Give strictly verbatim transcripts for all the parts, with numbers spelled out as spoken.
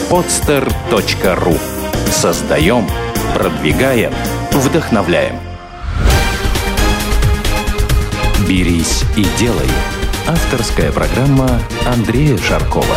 подстер точка ру. Создаем, продвигаем, вдохновляем. «Берись и делай» – авторская программа Андрея Шаркова.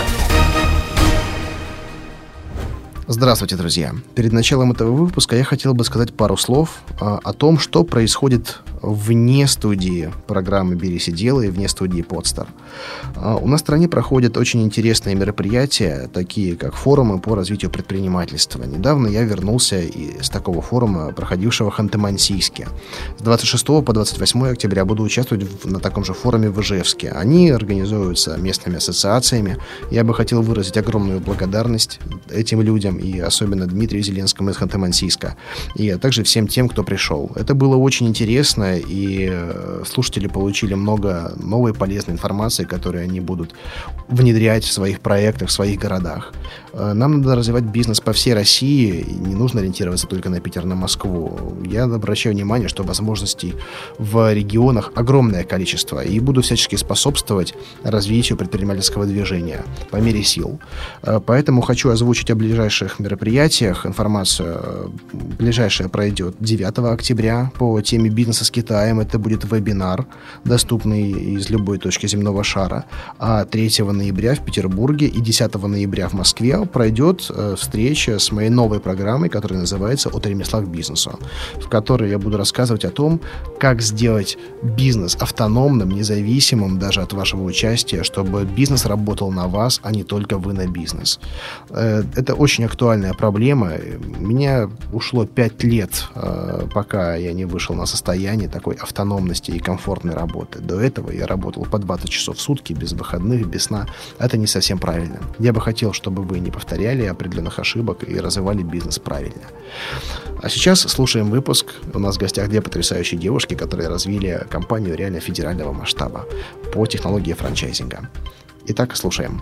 Здравствуйте, друзья! Перед началом этого выпуска я хотел бы сказать пару слов а, о том, что происходит вне студии программы «Берись и делай», вне студии «Подстер». А, у нас в стране проходят очень интересные мероприятия, такие как форумы по развитию предпринимательства. Недавно я вернулся из такого форума, проходившего в Ханты-Мансийске. С двадцать шестого по двадцать восьмое октября буду участвовать в, на таком же форуме в Ижевске. Они организуются местными ассоциациями. Я бы хотел выразить огромную благодарность этим людям, и особенно Дмитрию Зеленскому из Ханты-Мансийска, и также всем тем, кто пришел. Это было очень интересно, и слушатели получили много новой полезной информации, которую они будут внедрять в своих проектах, в своих городах. Нам надо развивать бизнес по всей России, и не нужно ориентироваться только на Питер, на Москву. Я обращаю внимание, что возможностей в регионах огромное количество, и буду всячески способствовать развитию предпринимательского движения по мере сил. Поэтому хочу озвучить о ближайших мероприятиях. Информацию ближайшая пройдет девятого октября по теме бизнеса с Китаем. Это будет вебинар, доступный из любой точки земного шара. А третьего ноября в Петербурге и десятого ноября в Москве пройдет встреча с моей новой программой, которая называется «От ремесла к бизнесу», в которой я буду рассказывать о том, как сделать бизнес автономным, независимым даже от вашего участия, чтобы бизнес работал на вас, а не только вы на бизнес. Это очень актуальная проблема. У меня ушло пять лет, пока я не вышел на состояние такой автономности и комфортной работы. До этого я работал по двадцать часов в сутки, без выходных, без сна. Это не совсем правильно. Я бы хотел, чтобы вы не повторяли определенных ошибок и развивали бизнес правильно. А сейчас слушаем выпуск. У нас в гостях две потрясающие девушки, которые развили компанию реально федерального масштаба по технологии франчайзинга. Итак, слушаем.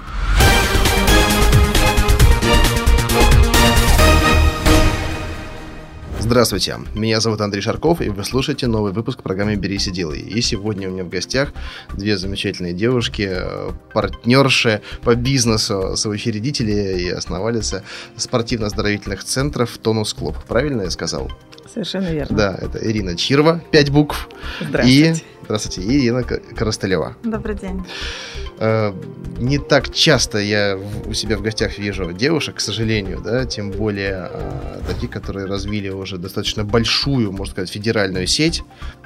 Здравствуйте, меня зовут Андрей Шарков, и вы слушаете новый выпуск программы «Берись и делай». И сегодня у меня в гостях две замечательные девушки, партнерши по бизнесу, соучредители и основательницы спортивно-оздоровительных центров «Тонус Клуб». Правильно я сказал? Совершенно верно. Да, это Ирина Чирва, пять букв. Здравствуйте. И, здравствуйте, и Ирина Коростылева. Добрый день. Не так часто я у себя в гостях вижу девушек, к сожалению, да, тем более таких, которые развили уже достаточно большую, можно сказать, федеральную сеть.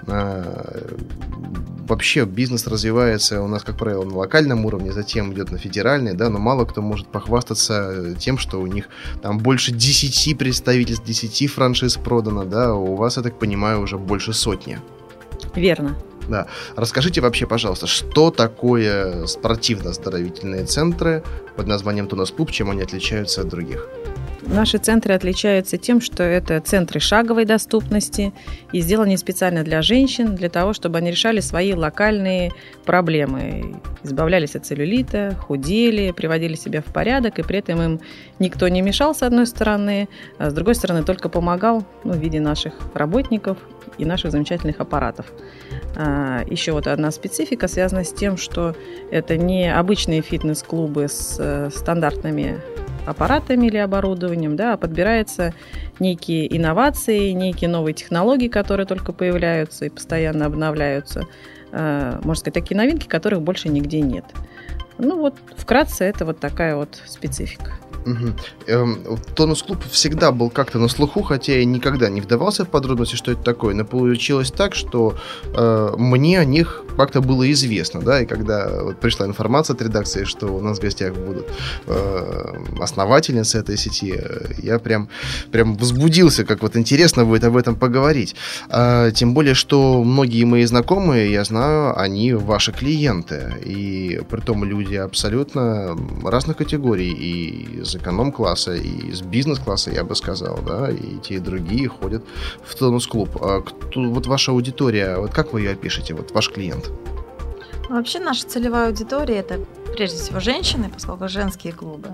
Вообще бизнес развивается у нас, как правило, на локальном уровне, затем идет на федеральный, да, но мало кто может похвастаться тем, что у них там больше десяти представительств, десяти франшиз продано, да, у вас, я так понимаю, уже больше сотни. Верно. Да. Расскажите вообще, пожалуйста, что такое спортивно-оздоровительные центры под названием «Тонус Клуб», чем они отличаются от других? Наши центры отличаются тем, что это центры шаговой доступности и сделаны специально для женщин, для того, чтобы они решали свои локальные проблемы. Избавлялись от целлюлита, худели, приводили себя в порядок, и при этом им никто не мешал, с одной стороны, а с другой стороны только помогал, ну, в виде наших работников и наших замечательных аппаратов. А, еще вот одна специфика связана с тем, что это не обычные фитнес-клубы с э, стандартными аппаратами или оборудованием, да, а подбираются некие инновации, некие новые технологии, которые только появляются и постоянно обновляются. Э, можно сказать, такие новинки, которых больше нигде нет. Ну вот, вкратце, это вот такая вот специфика. Угу. Эм, Тонус Клуб всегда был как-то на слуху, хотя я никогда не вдавался в подробности, что это такое, но получилось так, что э, мне о них как-то было известно, да, и когда вот пришла информация от редакции, что у нас в гостях будут э, основательницы этой сети, я прям, прям возбудился, как вот интересно будет об этом поговорить. А, тем более, что многие мои знакомые, я знаю, они ваши клиенты, и притом люди абсолютно разных категорий, и из эконом-класса, и из бизнес-класса, я бы сказал, да, и те, и другие ходят в Тонус Клуб. А кто, вот ваша аудитория, вот как вы ее опишете, вот ваш клиент? Вообще наша целевая аудитория – это прежде всего женщины, поскольку женские клубы.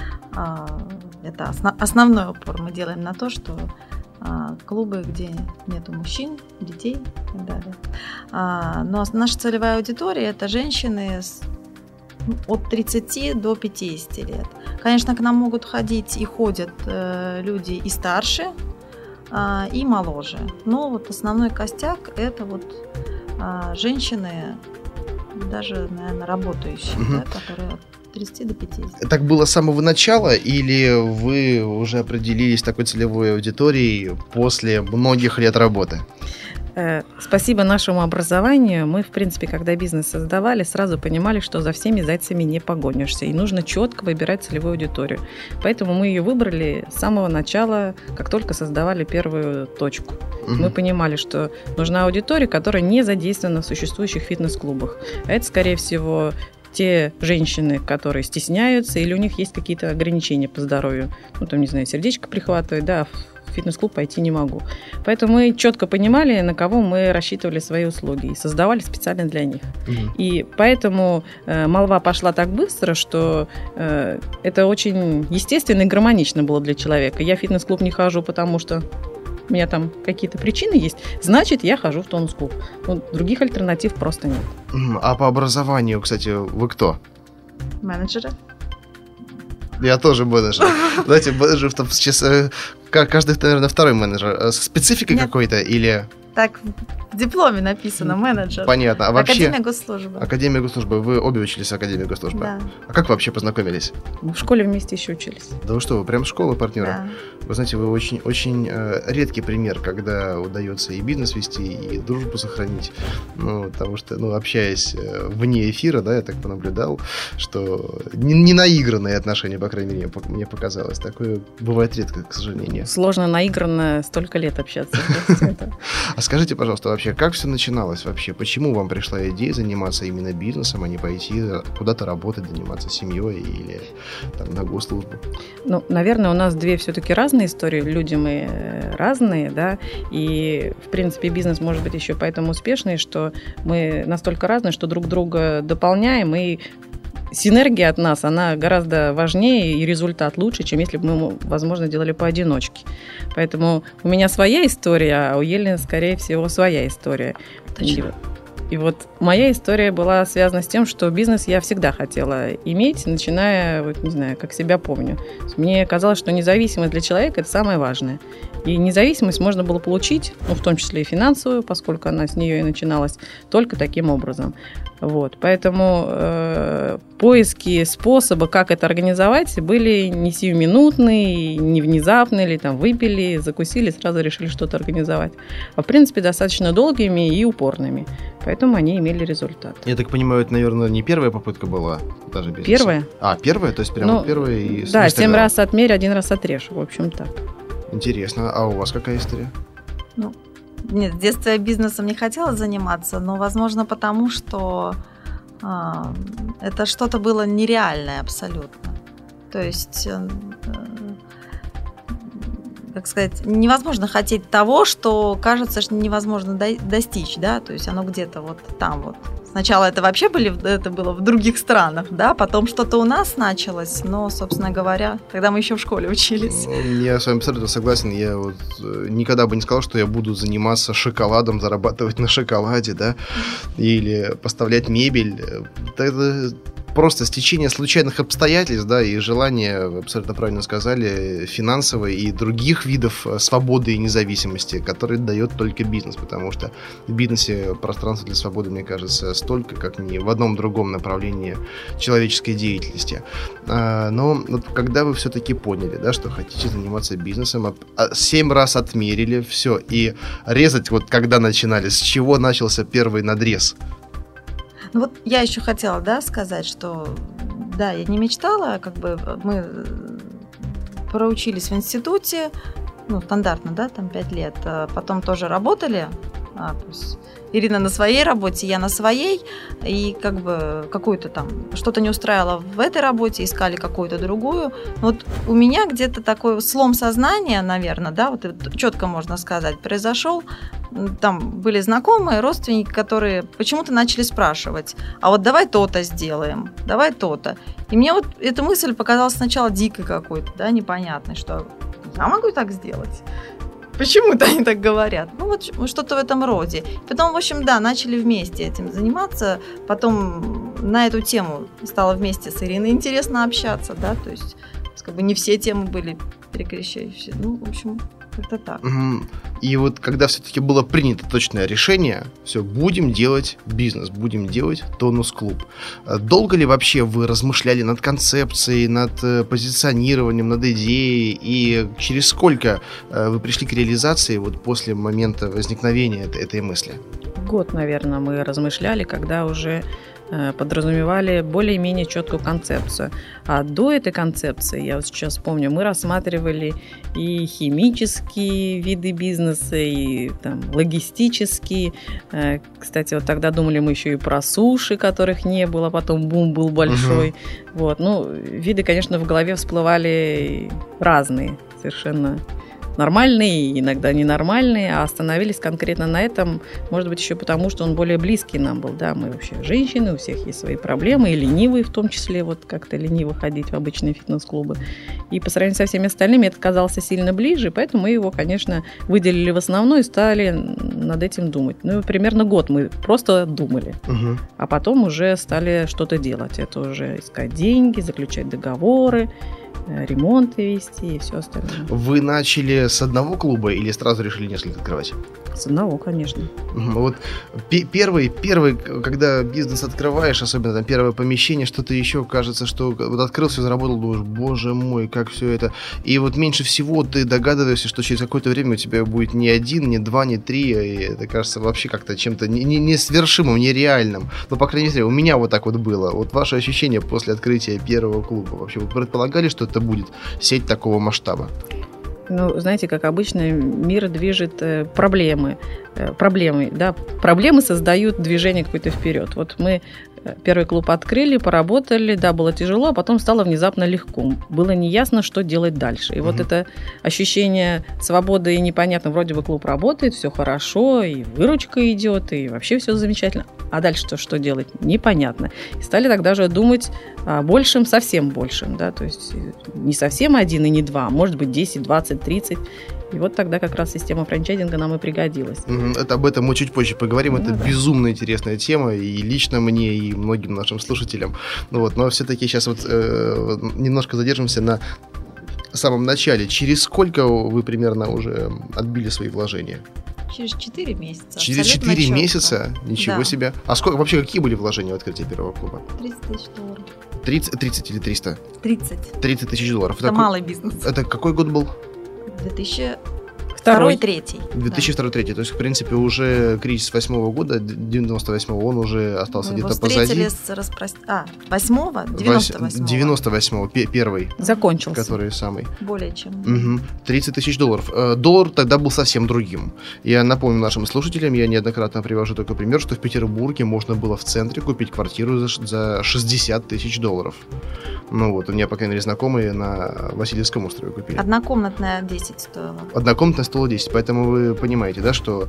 Это основной упор мы делаем на то, что клубы, где нету мужчин, детей и так далее. Но наша целевая аудитория – это женщины с от тридцати до пятидесяти лет. Конечно, к нам могут ходить и ходят э, люди и старше, э, и моложе. Но вот основной костяк – это вот э, женщины, даже, наверное, работающие, угу. да, которые от тридцати до пятидесяти. Так было с самого начала, или вы уже определились такой целевой аудиторией после многих лет работы? Спасибо нашему образованию, мы, в принципе, когда бизнес создавали, сразу понимали, что за всеми зайцами не погонишься, и нужно четко выбирать целевую аудиторию. Поэтому мы ее выбрали с самого начала, как только создавали первую точку. Угу. Мы понимали, что нужна аудитория, которая не задействована в существующих фитнес-клубах. А это, скорее всего, те женщины, которые стесняются, или у них есть какие-то ограничения по здоровью. Ну, там, не знаю, сердечко прихватывает, да, в фитнес-клуб пойти не могу. Поэтому мы четко понимали, на кого мы рассчитывали свои услуги, и создавали специально для них. Угу. И поэтому э, молва пошла так быстро, что э, это очень естественно и гармонично было для человека. Я в фитнес-клуб не хожу, потому что у меня там какие-то причины есть, значит, я хожу в тонус-клуб. Ну, других альтернатив просто нет. А по образованию, кстати, вы кто? Менеджеры. Я тоже менеджер. Знаете, менеджер там сейчас... Каждый, наверное, второй менеджер. Специфика какой-то или... Так в дипломе написано менеджер. Понятно. А вообще... Академия госслужбы. Академия госслужбы. Вы обе учились в Академии госслужбы? Да. А как вы вообще познакомились? Мы в школе вместе еще учились. Да вы что, вы прям школа партнера? Да. Вы знаете, вы очень, очень э, редкий пример, когда удается и бизнес вести, и дружбу сохранить. Ну, потому что, ну, общаясь э, вне эфира, да, я так понаблюдал, что не, не наигранные отношения, по крайней мере, мне показалось. Такое бывает редко, к сожалению. Сложно наигранно столько лет общаться. А скажите, пожалуйста, вообще, как все начиналось вообще? Почему вам пришла идея заниматься именно бизнесом, а не пойти куда-то работать, заниматься семьей или там, на госслужбу? Ну, наверное, у нас две все-таки разные истории. Люди мы разные, да, и, в принципе, бизнес может быть еще поэтому успешный, что мы настолько разные, что друг друга дополняем, и синергия от нас, она гораздо важнее, и результат лучше, чем если бы мы, возможно, делали поодиночке. Поэтому у меня своя история, а у Елены, скорее всего, своя история. Точно. И вот моя история была связана с тем, что бизнес я всегда хотела иметь, начиная, вот, не знаю, как себя помню. Мне казалось, что независимость для человека – это самое важное. И независимость можно было получить, ну, в том числе и финансовую, поскольку она с нее и начиналась, только таким образом. Вот. Поэтому э, поиски способа, как это организовать, были не сиюминутные, не внезапные, или там выпили, закусили, сразу решили что-то организовать. А, в принципе, достаточно долгими и упорными. Поэтому они имели результат. Я так понимаю, это, наверное, не первая попытка была даже бизнеса? Первая. А, первая? То есть прямо ну, первая и... Да, семь раз отмерь, один раз отрежь. В общем, так. Интересно. А у вас какая история? Ну, нет, в детстве я бизнесом не хотела заниматься, но, возможно, потому что э, это что-то было нереальное абсолютно. То есть, э, как сказать, невозможно хотеть того, что кажется, что невозможно до- достичь, да, то есть оно где-то вот там вот. Сначала это вообще были, это было в других странах, да, потом что-то у нас началось, но, собственно говоря, когда мы еще в школе учились. Я с вами абсолютно согласен, я вот никогда бы не сказал, что я буду заниматься шоколадом, зарабатывать на шоколаде, да, или поставлять мебель. Это просто стечение случайных обстоятельств, да, и желание, вы абсолютно правильно сказали, финансовой и других видов свободы и независимости, которые дает только бизнес, потому что в бизнесе пространство для свободы, мне кажется, столько, как ни в одном другом направлении человеческой деятельности. Но вот когда вы все-таки поняли, да, что хотите заниматься бизнесом, семь раз отмерили все, и резать, вот когда начинали, с чего начался первый надрез? Ну вот я еще хотела, да, сказать, что да, я не мечтала, как бы мы проучились в институте, ну, стандартно, да, там пять лет, потом тоже работали, а, то есть Ирина на своей работе, я на своей, и как бы какую-то там, что-то не устраивало в этой работе, искали какую-то другую. Вот у меня где-то такой слом сознания, наверное, да, вот четко можно сказать, произошел. Там были знакомые, родственники, которые почему-то начали спрашивать, а вот давай то-то сделаем, давай то-то. И мне вот эта мысль показалась сначала дикой какой-то, да, непонятной, что я могу так сделать. Почему-то они так говорят. Ну, вот что-то в этом роде. Потом, в общем, да, начали вместе этим заниматься. Потом на эту тему стало вместе с Ириной интересно общаться, да, то есть как бы не все темы были перекрещающие. Ну, в общем, как-то так. И вот когда все-таки было принято точное решение, все, будем делать бизнес, будем делать тонус-клуб. Долго ли вообще вы размышляли над концепцией, над позиционированием, над идеей, и через сколько вы пришли к реализации вот после момента возникновения этой, этой мысли? Год, наверное, мы размышляли, когда уже подразумевали более-менее четкую концепцию. А до этой концепции, я вот сейчас помню, мы рассматривали и химические виды бизнеса, и там, логистические. Кстати, вот тогда думали мы еще и про суши, которых не было, потом бум был большой. Угу. Вот. Ну, виды, конечно, в голове всплывали разные, совершенно нормальные, иногда ненормальные, а остановились конкретно на этом, может быть, еще потому, что он более близкий нам был. Да, мы вообще женщины, у всех есть свои проблемы, и ленивые в том числе, вот как-то лениво ходить в обычные фитнес-клубы. И по сравнению со всеми остальными это казался сильно ближе, поэтому мы его, конечно, выделили в основной и стали над этим думать. Ну, примерно год мы просто думали, угу. а потом уже стали что-то делать. Это уже искать деньги, заключать договоры, ремонты вести и все остальное. Вы начали с одного клуба или сразу решили несколько открывать? С одного, конечно. Вот первый, первый, когда бизнес открываешь, особенно там первое помещение, что-то еще, кажется, что вот открылся, заработал, думаешь, боже мой, как все это. И вот меньше всего ты догадываешься, что через какое-то время у тебя будет не один, не два, не три, и это кажется вообще как-то чем-то несвершимым, нереальным. Но, по крайней мере, у меня вот так вот было. Вот ваши ощущения после открытия первого клуба. Вообще, вы предполагали, что это будет сеть такого масштаба? Ну, знаете, как обычно, мир движет э, проблемы. Э, проблемы, да, проблемы создают движение какое-то вперед. Вот мы первый клуб открыли, поработали, да, было тяжело, а потом стало внезапно легко. Было неясно, что делать дальше. И угу. вот это ощущение свободы и непонятно, вроде бы клуб работает, все хорошо, и выручка идет, и вообще все замечательно. А дальше-то что делать? Непонятно. И стали тогда же думать о большем, совсем большем, да, то есть не совсем один и не два, а может быть десять, двадцать, тридцать. И вот тогда как раз система франчайзинга нам и пригодилась. Это, об этом мы чуть позже поговорим. Ну, это да. безумно интересная тема и лично мне, и многим нашим слушателям. Вот, но все-таки сейчас вот э, немножко задержимся на самом начале. Через сколько вы примерно уже отбили свои вложения? Через четыре месяца. Через четыре месяца? Ничего да. себе. А сколько вообще, какие были вложения в открытие первого клуба? тридцать тысяч долларов. тридцать, тридцать или триста? тридцать. тридцать тысяч долларов. Это, это малый бизнес. Это какой год был? две тысячи второй, третий. две тысячи второй, третий. То есть, в принципе, уже кризис восьмого года, девяносто восьмого, он уже остался Мы где-то его позади. С распрост... А, восьмого? девяносто восьмого. девяносто восьмого, первый. Закончился. Который самый. Более чем. Угу. тридцать тысяч долларов. Доллар тогда был совсем другим. Я напомню нашим слушателям, я неоднократно привожу такой пример, что в Петербурге можно было в центре купить квартиру за шестьдесят тысяч долларов. Ну вот, у меня, по крайней мере, знакомые на Васильевском острове купили. Однокомнатная десять стоила. Однокомнатная стоила десять, поэтому вы понимаете, да, что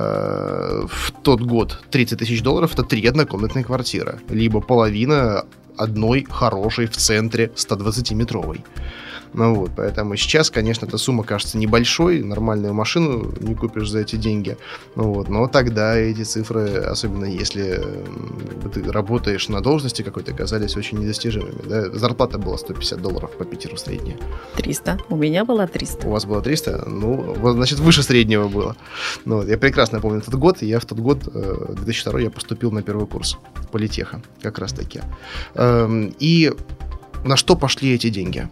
э, в тот год тридцать тысяч долларов это три однокомнатные квартиры, либо половина одной хорошей в центре сто-двадцатиметровой. Ну вот, поэтому сейчас, конечно, эта сумма кажется небольшой, нормальную машину не купишь за эти деньги. Ну вот, но тогда эти цифры, особенно если ты работаешь на должности какой-то, казались очень недостижимыми. Да? Зарплата была сто пятьдесят долларов по Питеру средняя. триста. У меня была триста. У вас было триста? Ну, значит, выше среднего было. Ну, вот, я прекрасно помню этот год. Я в тот год, две тысячи второй, я поступил на первый курс политеха, как раз таки. И на что пошли эти деньги?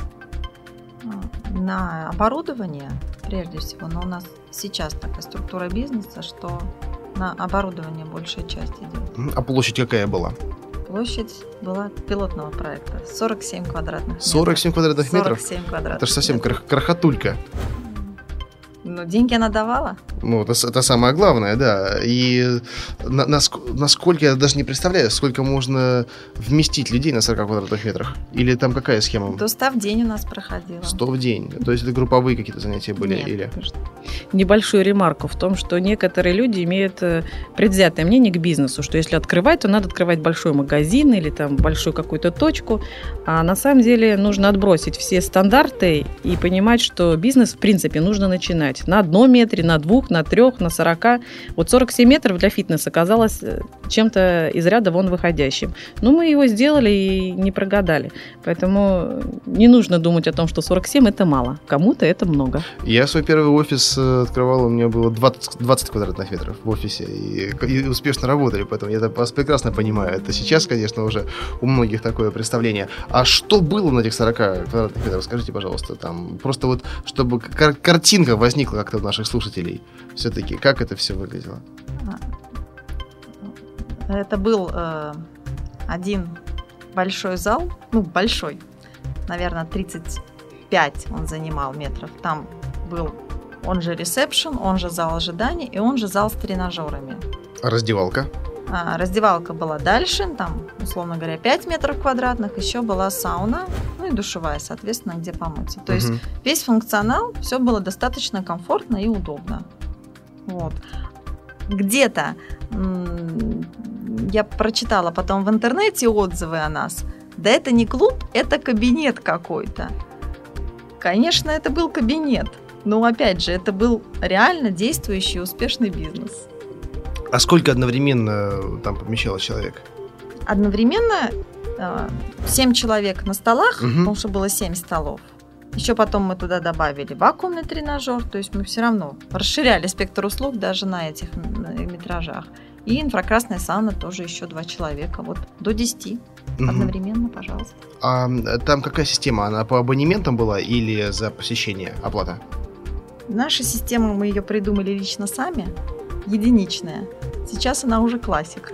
На оборудование, прежде всего, но у нас сейчас такая структура бизнеса, что на оборудование большая часть идет. А площадь какая была? Площадь была пилотного проекта сорок семь квадратных метров. сорок семь квадратных метров? сорок семь квадратных Это же совсем метров. крохотулька. Но деньги она давала. Ну, это, это самое главное, да. И на, наск- насколько, я даже не представляю, сколько можно вместить людей на сорока квадратных метрах. Или там какая схема? До ста в день у нас проходило. сто в день. То есть это групповые какие-то занятия были? Нет. Или... Небольшую ремарку в том, что некоторые люди имеют предвзятое мнение к бизнесу, что если открывать, то надо открывать большой магазин или там большую какую-то точку. А на самом деле нужно отбросить все стандарты и понимать, что бизнес, в принципе, нужно начинать на одном метре, на двух двух, на трех, на сорока. Вот сорок семь метров для фитнеса казалось чем-то из ряда вон выходящим. Но мы его сделали и не прогадали. Поэтому не нужно думать о том, что сорок семь – это мало. Кому-то это много. Я свой первый офис открывал, у меня было двадцать, двадцать квадратных метров в офисе. И, и успешно работали, поэтому я это прекрасно понимаю. Это сейчас, конечно, уже у многих такое представление. А что было на этих сорока квадратных метрах? Скажите, пожалуйста, там просто вот, чтобы кар- картинка возникла как-то у наших слушателей. Все-таки, как это все выглядело? Это был э, один большой зал, ну, большой, наверное, тридцать пять он занимал метров. Там был он же ресепшн, он же зал ожидания и он же зал с тренажерами. А раздевалка? А, раздевалка была дальше, там, условно говоря, пять метров квадратных, еще была сауна, ну и душевая, соответственно, где помыться. То uh-huh. есть весь функционал, все было достаточно комфортно и удобно. Вот. Где-то м- я прочитала потом в интернете отзывы о нас. Да это не клуб, это кабинет какой-то. Конечно, это был кабинет, но опять же, это был реально действующий успешный бизнес. А сколько одновременно там помещалось человек? Одновременно э, семь человек на столах, угу. потому что было семь столов. Еще потом мы туда добавили вакуумный тренажер, то есть мы все равно расширяли спектр услуг даже на этих метражах. И инфракрасная сауна тоже еще два человека, вот до десяти угу. одновременно, пожалуйста. А там какая система? Она по абонементам была или за посещение оплата? Наша система, мы ее придумали лично сами, единичная. Сейчас она уже классика.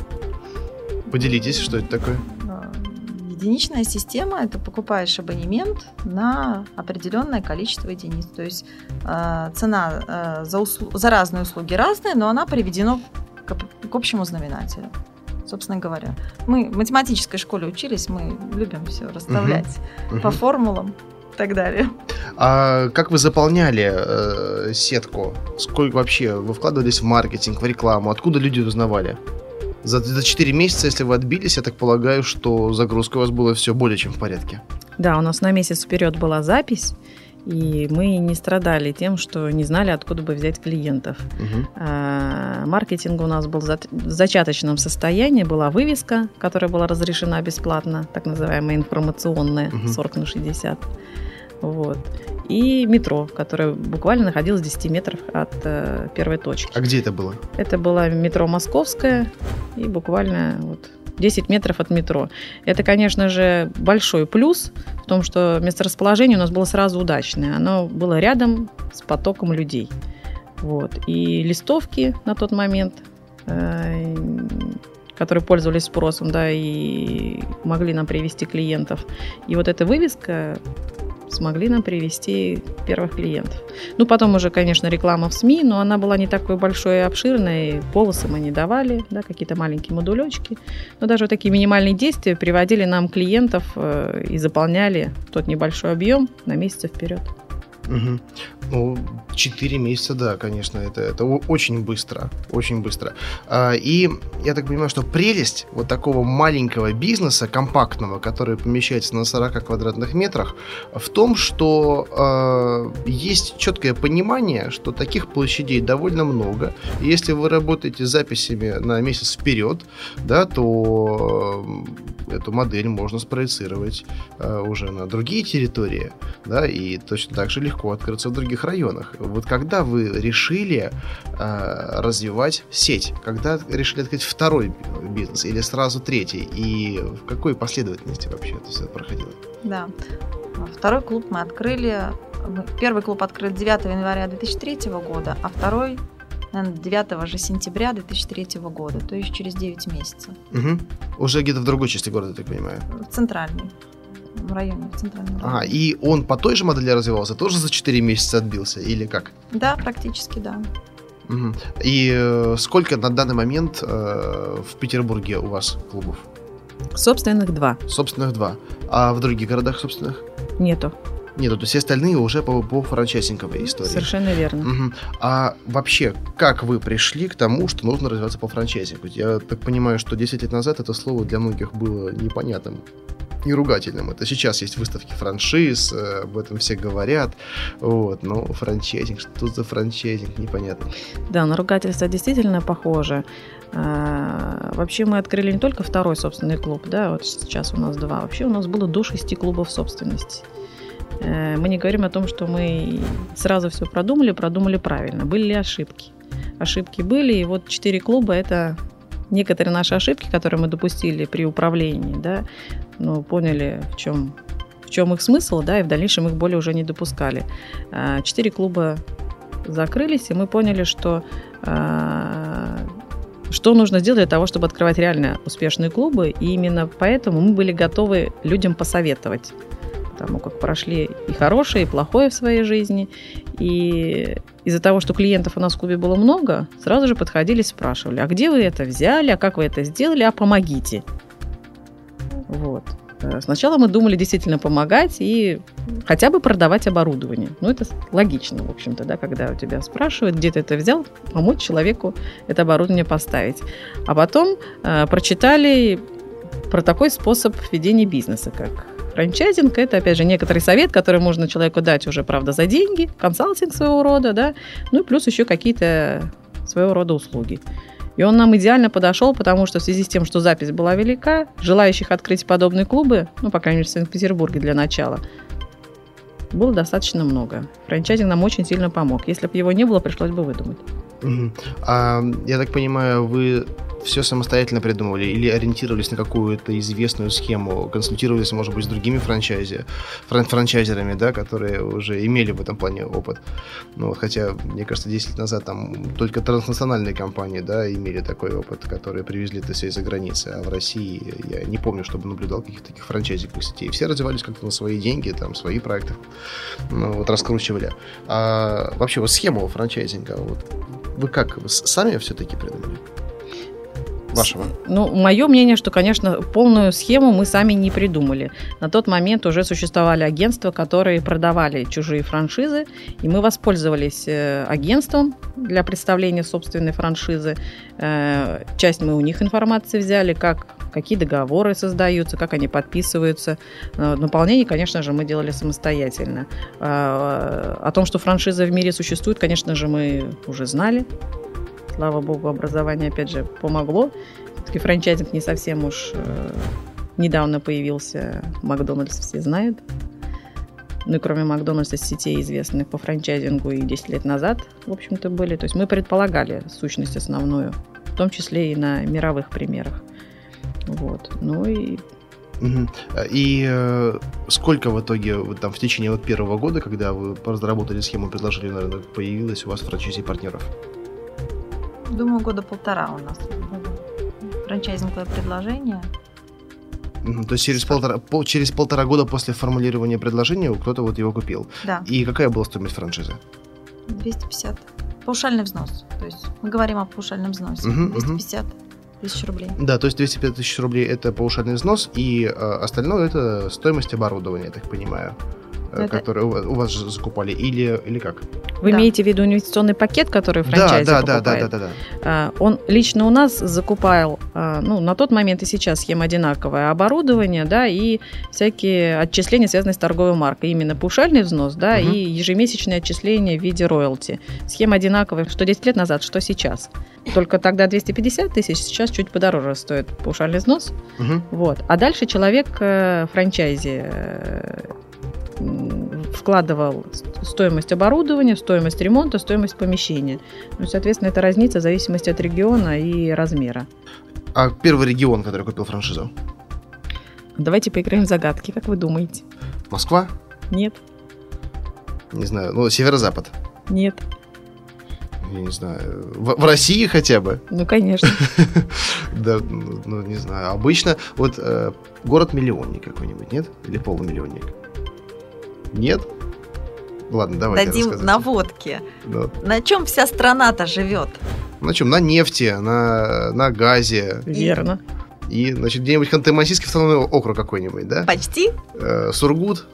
Поделитесь, что это такое? Единичная система – это покупаешь абонемент на определенное количество единиц. То есть э, цена э, за, услу- за разные услуги разная, но она приведена к, к общему знаменателю. Собственно говоря, мы в математической школе учились, мы любим все расставлять uh-huh. по uh-huh. формулам и так далее. А как вы заполняли э, сетку? Сколько вообще вы вкладывались в маркетинг, в рекламу? Откуда люди узнавали? За, за четыре месяца, если вы отбились, я так полагаю, что загрузка у вас была все более чем в порядке. Да, у нас на месяц вперед была запись, и мы не страдали тем, что не знали, откуда бы взять клиентов. Угу. А, маркетинг у нас был в зачаточном состоянии, была вывеска, которая была разрешена бесплатно, так называемая информационная, угу. сорок на шестьдесят. Вот. И метро, которое буквально находилось в десяти метрах от э, первой точки. А где это было? Это было метро Московское, и буквально вот десять метров от метро. Это, конечно же, большой плюс в том, что месторасположение у нас было сразу удачное. Оно было рядом с потоком людей. Вот. И листовки на тот момент, э, которые пользовались спросом, да, и могли нам привести клиентов. И вот эта вывеска смогли нам привести первых клиентов. Ну, потом уже, конечно, реклама в СМИ, но она была не такой большой и обширной. Полосы мы не давали, да, какие-то маленькие модулечки. Но даже вот такие минимальные действия приводили нам клиентов э, и заполняли тот небольшой объем на месяц вперед. Угу. Ну, четыре месяца, да, конечно, это, это очень быстро, очень быстро. И я так понимаю, что прелесть вот такого маленького бизнеса, компактного, который помещается на сорока квадратных метрах, в том, что э, есть четкое понимание, что таких площадей довольно много. И если вы работаете с записями на месяц вперед, да, то э, эту модель можно спроецировать э, уже на другие территории, да, и точно так же легко легко открыться в других районах. Вот когда вы решили э, развивать сеть? Когда решили открыть второй бизнес или сразу третий? И в какой последовательности вообще это все проходило? Да. Второй клуб мы открыли... Первый клуб открыт девятого января две тысячи третьего года, а второй, наверное, девятого же сентября две тысячи третьего года, то есть через девять месяцев. Угу. Уже где-то в другой части города, я так понимаю? В центральной. В районе, в центральном районе. Ага, и он по той же модели развивался, тоже за четыре месяца отбился, или как? Да, практически, да. Угу. И э, сколько на данный момент э, в Петербурге у вас клубов? Собственных два. Собственных два. А в других городах собственных? Нету. Нету, то есть все остальные уже по, по франчайзинговой истории. Совершенно верно. Угу. А вообще, как вы пришли к тому, что нужно развиваться по франчайзингу? Я так понимаю, что десять лет назад это слово для многих было непонятным. не ругательным. Это сейчас есть выставки франшиз, об этом все говорят. Вот, но франчайзинг, что тут за франчайзинг, непонятно. Да, на ругательство действительно похоже. Вообще мы открыли не только второй собственный клуб, да, вот сейчас у нас два. Вообще у нас было до шести клубов собственности. Мы не говорим о том, что мы сразу все продумали, продумали правильно. Были ли ошибки? Ошибки были, и вот четыре клуба – это некоторые наши ошибки, которые мы допустили при управлении, да, ну, поняли, в чем, в чем их смысл, да, и в дальнейшем их более уже не допускали. Четыре клуба закрылись, и мы поняли, что что нужно сделать для того, чтобы открывать реально успешные клубы, и именно поэтому мы были готовы людям посоветовать, потому как прошли и хорошее, и плохое в своей жизни, и из-за того, что клиентов у нас в клубе было много, сразу же подходили, спрашивали, а где вы это взяли, а как вы это сделали, а помогите. Вот. Сначала мы думали действительно помогать и хотя бы продавать оборудование. Ну, это логично, в общем-то, да, когда у тебя спрашивают, где ты это взял, помочь человеку это оборудование поставить. А потом э, прочитали про такой способ ведения бизнеса, как франчайзинг. Это, опять же, некоторый совет, который можно человеку дать уже, правда, за деньги, консалтинг своего рода, да, ну и плюс еще какие-то своего рода услуги. И он нам идеально подошел, потому что в связи с тем, что запись была велика, желающих открыть подобные клубы, ну, по крайней мере, в Санкт-Петербурге для начала, было достаточно много. Франчайзинг нам очень сильно помог. Если бы его не было, пришлось бы выдумать. Угу. А, я так понимаю, вы все самостоятельно придумывали или ориентировались на какую-то известную схему, консультировались, может быть, с другими франчайзи, фран- франчайзерами, да, которые уже имели в этом плане опыт. Ну, хотя, мне кажется, десять лет назад там только транснациональные компании, да, имели такой опыт, которые привезли это все из-за границы, а в России я не помню, чтобы наблюдал каких-то таких франчайзинговых сетей. Все развивались как-то на свои деньги, там, свои проекты, ну, вот, раскручивали. А вообще, вот схему франчайзинга, вот, вы как, вы сами все-таки придумали? Вашего? Ну, мое мнение, что, конечно, полную схему мы сами не придумали. На тот момент уже существовали агентства, которые продавали чужие франшизы, и мы воспользовались агентством для представления собственной франшизы. Часть мы у них информации взяли, как, какие договоры создаются, как они подписываются. Наполнение, конечно же, мы делали самостоятельно. О том, что франшиза в мире существует, конечно же, мы уже знали. Слава богу, образование, опять же, помогло. Все-таки франчайзинг не совсем уж э, недавно появился. Макдональдс все знают. Ну и кроме Макдональдса, сетей, известных по франчайзингу, и десять лет назад, в общем-то, были. То есть мы предполагали сущность основную, в том числе и на мировых примерах. Вот. Ну и... Угу. И э, сколько в итоге вот, там, в течение вот первого года, когда вы разработали схему, предложили, наверное, появилось у вас франчайзи-партнеров? Думаю, года полтора у нас франчайзинговое предложение. То есть через полтора, пол, через полтора года после формулирования предложения кто-то вот его купил. Да. И какая была стоимость франшизы? двести пятьдесят. Паушальный взнос. То есть мы говорим о паушальном взносе. Угу, двести пятьдесят тысяч рублей. Да, то есть двести пятьдесят тысяч рублей это паушальный взнос, и э, остальное это стоимость оборудования, я так понимаю. Это... которые у вас же закупали, или, или как? Вы да. имеете в виду инвестиционный пакет, который франчайзи да, покупает? Да, да, да, да, да. Он лично у нас закупал, ну, на тот момент и сейчас схема одинаковая, оборудование, да, и всякие отчисления, связанные с торговой маркой. Именно паушальный взнос, да, угу. и ежемесячные отчисления в виде роялти. Схема одинаковая, что десять лет назад, что сейчас. Только тогда двести пятьдесят тысяч, сейчас чуть подороже стоит паушальный взнос. Угу. Вот. А дальше человек франчайзи вкладывал стоимость оборудования, стоимость ремонта, стоимость помещения. Ну, соответственно, это разница в зависимости от региона и размера. А первый регион, который купил франшизу? Давайте поиграем в загадки. Как вы думаете? Москва? Нет. Не знаю. Ну, северо-запад? Нет. Я не знаю. В, в России хотя бы? Ну, конечно. Да, ну, не знаю. Обычно вот город-миллионник какой-нибудь, нет? Или полумиллионник? Нет? Ладно, давайте дадим наводки. Да. На чем вся страна-то живет? На чем? На нефти, на, на газе. Верно. И, значит, где-нибудь Ханты-Мансийский автономный округ какой-нибудь, да? Почти. Э, Сургут.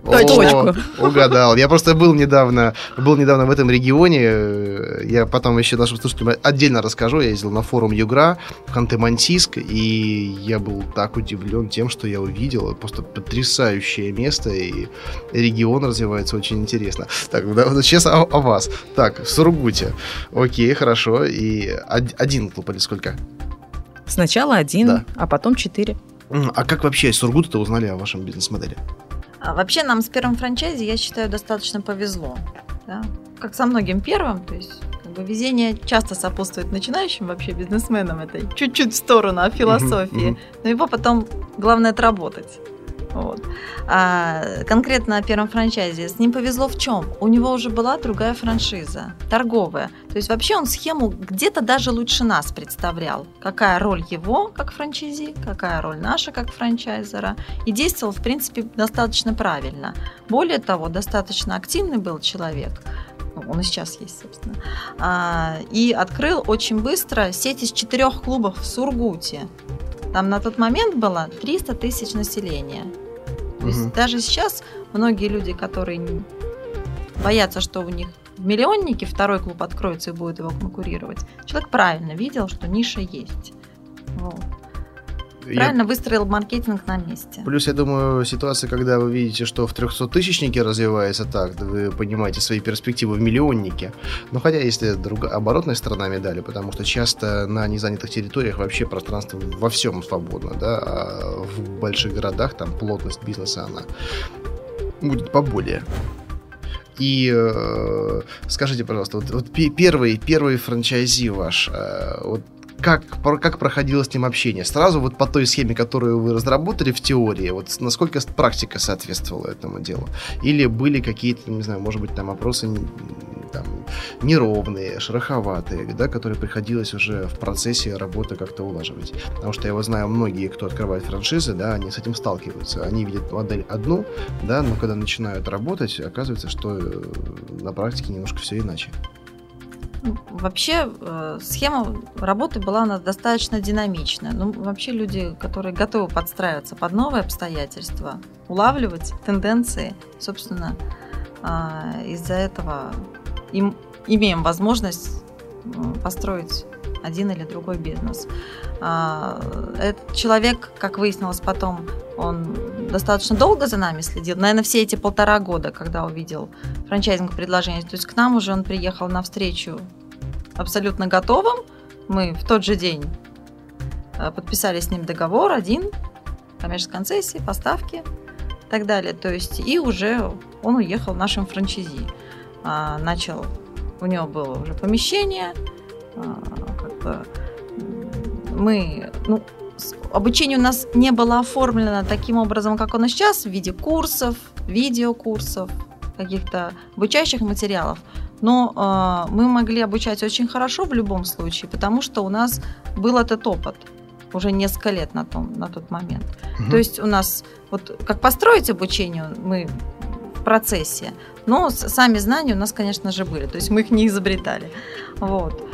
Точку. Угадал. Я просто был недавно, был недавно в этом регионе. Я потом еще нашим слушателям отдельно расскажу. Я ездил на форум Югра в Ханты-Мансийск, и я был так удивлен тем, что я увидел. Просто потрясающее место, и регион развивается очень интересно. Так, сейчас о, о вас. Так, в Сургуте. Окей, хорошо. И один клуб или сколько? Сначала один, да. а потом четыре. А как вообще из Сургута-то узнали о вашем бизнес-модели? А вообще нам с первым франчайзи, я считаю, достаточно повезло. Да? Как со многим первым, то есть как бы, везение часто сопутствует начинающим вообще бизнесменам, это чуть-чуть в сторону от философии, uh-huh, uh-huh. но его потом главное отработать. Вот. А конкретно о первом франчайзе с ним повезло в чем? У него уже была другая франшиза, торговая. То есть вообще он схему где-то даже лучше нас представлял. Какая роль его как франчайзи, какая роль наша как франчайзера. И действовал, в принципе, достаточно правильно. Более того, достаточно активный был человек. Он и сейчас есть, собственно. А, и открыл очень быстро сеть из четырех клубов в Сургуте. Там на тот момент было триста тысяч населения. То есть угу. даже сейчас многие люди, которые боятся, что у них в миллионнике второй клуб откроется и будет его конкурировать, человек правильно видел, что ниша есть. Вот. Правильно я... выстроил маркетинг на месте. Плюс, я думаю, ситуация, когда вы видите, что в трехсоттысячнике развивается так, вы понимаете свои перспективы в миллионнике. Но хотя есть друг... оборотная сторона медали, потому что часто на незанятых территориях вообще пространство во всем свободно, да, а в больших городах там плотность бизнеса, она будет поболее. И э, скажите, пожалуйста, вот, вот первый, первый франчайзи ваш, э, вот Как, как проходило с ним общение? Сразу вот по той схеме, которую вы разработали в теории, вот насколько практика соответствовала этому делу? Или были какие-то, не знаю, может быть, там вопросы там, неровные, шероховатые, да, которые приходилось уже в процессе работы как-то улаживать? Потому что я вот знаю, многие, кто открывает франшизы, да, они с этим сталкиваются. Они видят модель одну, да, но когда начинают работать, оказывается, что на практике немножко все иначе. Вообще э, схема работы была у нас достаточно динамичная. Ну, вообще люди, которые готовы подстраиваться под новые обстоятельства, улавливать тенденции, собственно, э, из-за этого им имеем возможность построить один или другой бизнес. Э, этот человек, как выяснилось потом, он достаточно долго за нами следил. Наверное, все эти полтора года, когда увидел франчайзинг-предложение. То есть к нам уже он приехал навстречу абсолютно готовым. Мы в тот же день подписали с ним договор один, коммерческой концессии, поставки и так далее. То есть и уже он уехал нашим франчайзи. Начал, у него было уже помещение. Как бы мы... Ну, обучение у нас не было оформлено таким образом, как оно сейчас, в виде курсов, видеокурсов, каких-то обучающих материалов. Но э, мы могли обучать очень хорошо в любом случае, потому что у нас был этот опыт уже несколько лет на, том, на тот момент. Угу. То есть у нас, вот как построить обучение, мы в процессе, но сами знания у нас, конечно же, были. То есть мы их не изобретали. Вот.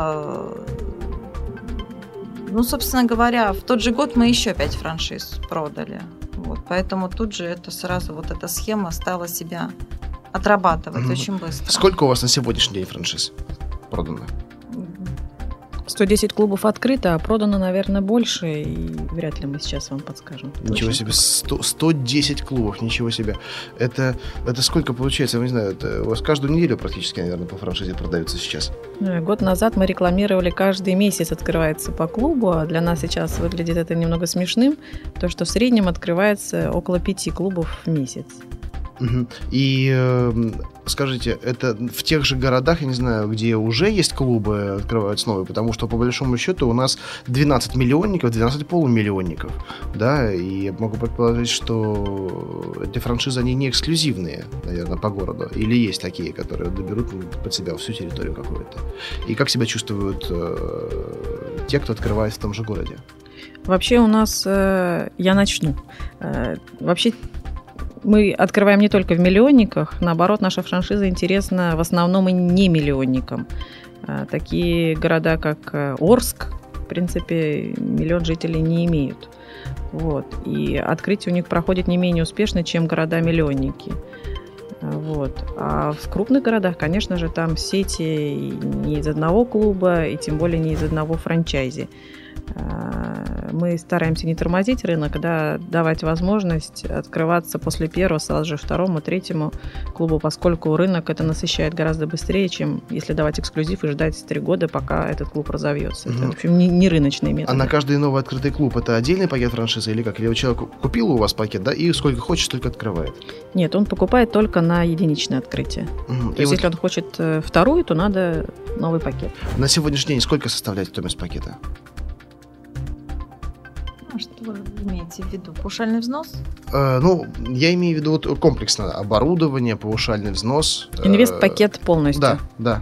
Ну, собственно говоря, в тот же год мы еще пять франшиз продали. Вот, поэтому тут же это сразу, вот эта схема стала себя отрабатывать mm-hmm. очень быстро. Сколько у вас на сегодняшний день франшиз продано? сто десять клубов открыто, а продано, наверное, больше, и вряд ли мы сейчас вам подскажем. Ничего точно. Себе, сто, сто десять клубов, ничего себе. Это, это сколько получается, я не знаю, это у вас каждую неделю практически, наверное, по франшизе продается сейчас? Год назад мы рекламировали, каждый месяц открывается по клубу, а для нас сейчас выглядит это немного смешным, то, что в среднем открывается около пяти клубов в месяц. Угу. И э, скажите, это в тех же городах, я не знаю, где уже есть клубы, открываются новые, потому что по большому счету у нас двенадцать миллионников, двенадцать полумиллионников, да, и я могу предположить, что эти франшизы, они не эксклюзивные, наверное, по городу, или есть такие, которые доберут под себя всю территорию какую-то. И как себя чувствуют э, те, кто открывает в том же городе? Вообще у нас, э, я начну, э, вообще мы открываем не только в миллионниках, наоборот, наша франшиза интересна в основном и не миллионникам. Такие города, как Орск, в принципе, миллион жителей не имеют. Вот. И открытие у них проходит не менее успешно, чем города-миллионники. Вот. А в крупных городах, конечно же, там сети не из одного клуба, и тем более не из одного франчайзи. Мы стараемся не тормозить рынок, да, давать возможность открываться после первого, сразу же второму, третьему клубу, поскольку рынок это насыщает гораздо быстрее, чем если давать эксклюзив и ждать три года, пока этот клуб разовьется. Угу. Это, в общем, не, не рыночные методы. А на каждый новый открытый клуб это отдельный пакет франшизы или как? Или человек купил у вас пакет, да, и сколько хочет, столько открывает? Нет, он покупает только на единичное открытие. Угу. То есть, вот... если он хочет вторую, то надо новый пакет. На сегодняшний день сколько составляет стоимость пакета? Что вы имеете в виду? Паушальный взнос? Э, ну, я имею в виду вот комплексно оборудование, паушальный взнос. Инвест-пакет полностью. Да, да.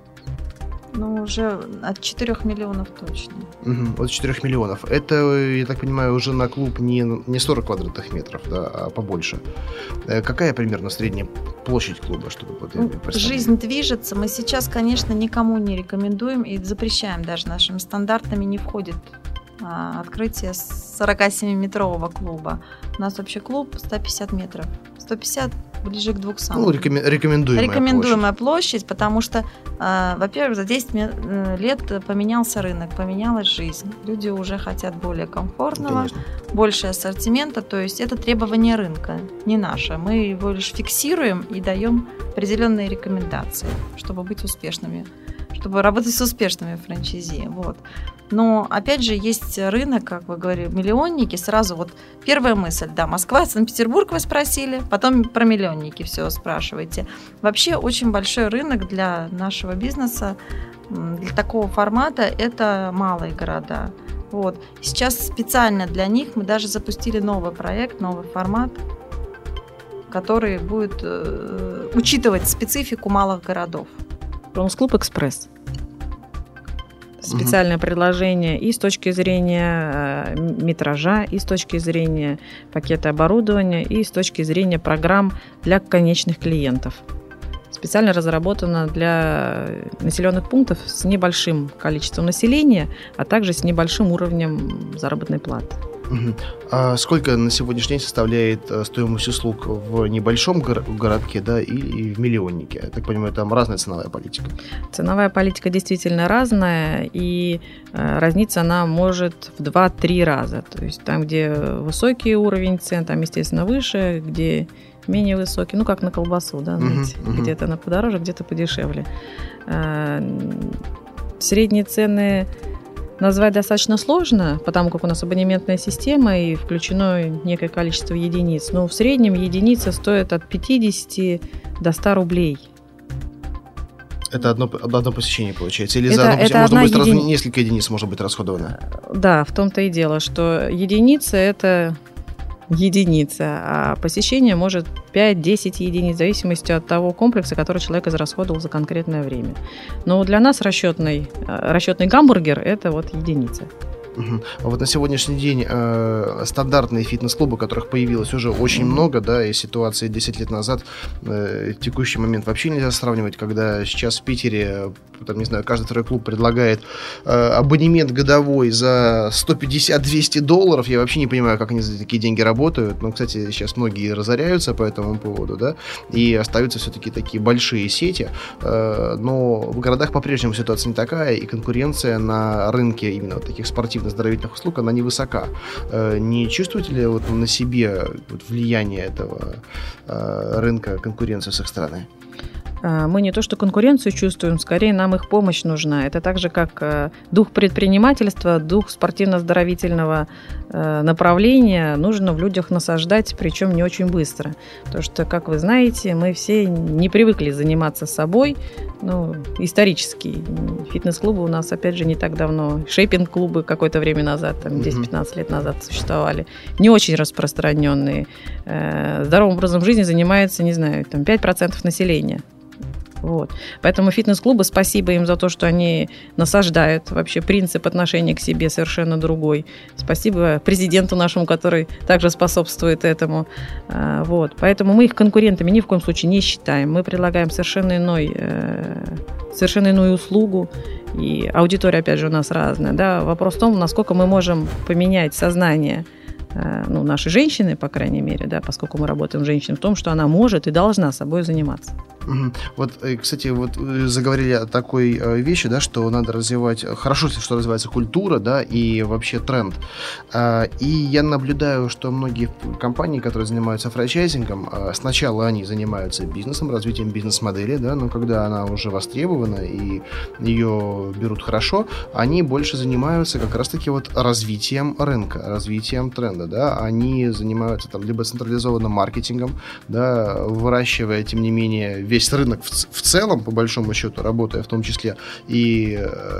Ну, уже от четырёх миллионов точно. Угу, от четырёх миллионов. Это, я так понимаю, уже на клуб не, не сорок квадратных метров, да, а побольше. Какая примерно средняя площадь клуба, чтобы вот ну, жизнь движется. Мы сейчас, конечно, никому не рекомендуем и запрещаем даже нашими стандартами не входит открытие сорокасемиметрового клуба. У нас вообще клуб сто пятьдесят метров. сто пятьдесят ближе к двухсот. Ну, рекомендуемая, рекомендуемая площадь. площадь, потому что, э, во-первых, за десять лет поменялся рынок, поменялась жизнь. Люди уже хотят более комфортного, Конечно. больше ассортимента. То есть это требование рынка, не наше. Мы его лишь фиксируем и даем определенные рекомендации, чтобы быть успешными, чтобы работать с успешными франчайзи. Вот. Но, опять же, есть рынок, как вы говорили, миллионники. Сразу вот первая мысль, да, Москва, Санкт-Петербург вы спросили, потом про миллионники все спрашиваете. Вообще очень большой рынок для нашего бизнеса, для такого формата, это малые города. Вот. Сейчас специально для них мы даже запустили новый проект, новый формат, который будет э, учитывать специфику малых городов. Промсклуб Экспресс. Специальное угу. предложение и с точки зрения метража, и с точки зрения пакета оборудования, и с точки зрения программ для конечных клиентов. Специально разработано для населенных пунктов с небольшим количеством населения, а также с небольшим уровнем заработной платы. Угу. А сколько на сегодняшний день составляет стоимость услуг в небольшом горо- городке, да, и, и в миллионнике? Я так понимаю, там разная ценовая политика. Ценовая политика действительно разная, и э, разниться она может в два-три раза. То есть там, где высокий уровень цен, там, естественно, выше, где менее высокий, ну, как на колбасу, да, знаете, uh-huh, uh-huh. где-то она подороже, где-то подешевле. Э, средние цены назвать достаточно сложно, потому как у нас абонементная система и включено некое количество единиц. Но в среднем единица стоит от пятидесяти до ста рублей. Это одно, одно посещение получается? Или это, за одно посещение можно быть еди... сразу несколько единиц может быть расходовано? Да, в том-то и дело, что единица – это единица, а посещение может пять-десять единиц, в зависимости от того комплекса, который человек израсходовал за конкретное время. Но для нас расчетный, расчетный гамбургер – это вот единица. Угу. А вот на сегодняшний день э, стандартные фитнес-клубы, которых появилось уже очень много, да, и ситуации десять лет назад, э, в текущий момент вообще нельзя сравнивать, когда сейчас в Питере, там, не знаю, каждый второй клуб предлагает э, абонемент годовой за сто пятьдесят-двести долларов. Я вообще не понимаю, как они за такие деньги работают. Но, кстати, сейчас многие разоряются по этому поводу, да, и остаются все-таки такие большие сети. Э, но в городах по-прежнему ситуация не такая, и конкуренция на рынке именно вот таких спортивных оздоровительных услуг, она невысока. Не чувствуете ли вот на себе вот влияние этого рынка конкуренции с их стороны? Мы не то что конкуренцию чувствуем, скорее нам их помощь нужна. Это так же, как дух предпринимательства, дух спортивно-оздоровительного направления нужно в людях насаждать, причем не очень быстро. Потому что, как вы знаете, мы все не привыкли заниматься собой, ну, исторически. Фитнес-клубы у нас, опять же, не так давно. Шейпинг-клубы какое-то время назад, там, десять-пятнадцать лет назад существовали. Не очень распространенные. Здоровым образом жизни занимается, не знаю, там, пять процентов населения. Вот. Поэтому фитнес-клубы, спасибо им за то, что они насаждают вообще принцип отношения к себе совершенно другой. Спасибо президенту нашему, который также способствует этому. Вот. Поэтому мы их конкурентами ни в коем случае не считаем. Мы предлагаем совершенно иной, совершенно иную услугу. И аудитория, опять же, у нас разная. Да? Вопрос в том, насколько мы можем поменять сознание ну, нашей женщины, по крайней мере, да, поскольку мы работаем с женщиной, в том, что она может и должна собой заниматься. Вот, кстати, вот заговорили о такой вещи, да, что надо развивать, хорошо, что развивается культура, да, и вообще тренд. И я наблюдаю, что многие компании, которые занимаются франчайзингом, сначала они занимаются бизнесом, развитием бизнес-модели, да, но когда она уже востребована и ее берут хорошо, они больше занимаются как раз-таки вот развитием рынка, развитием тренда, да, они занимаются там либо централизованным маркетингом, да, выращивая, тем не менее, весь рынок в, в целом, по большому счету, работая в том числе и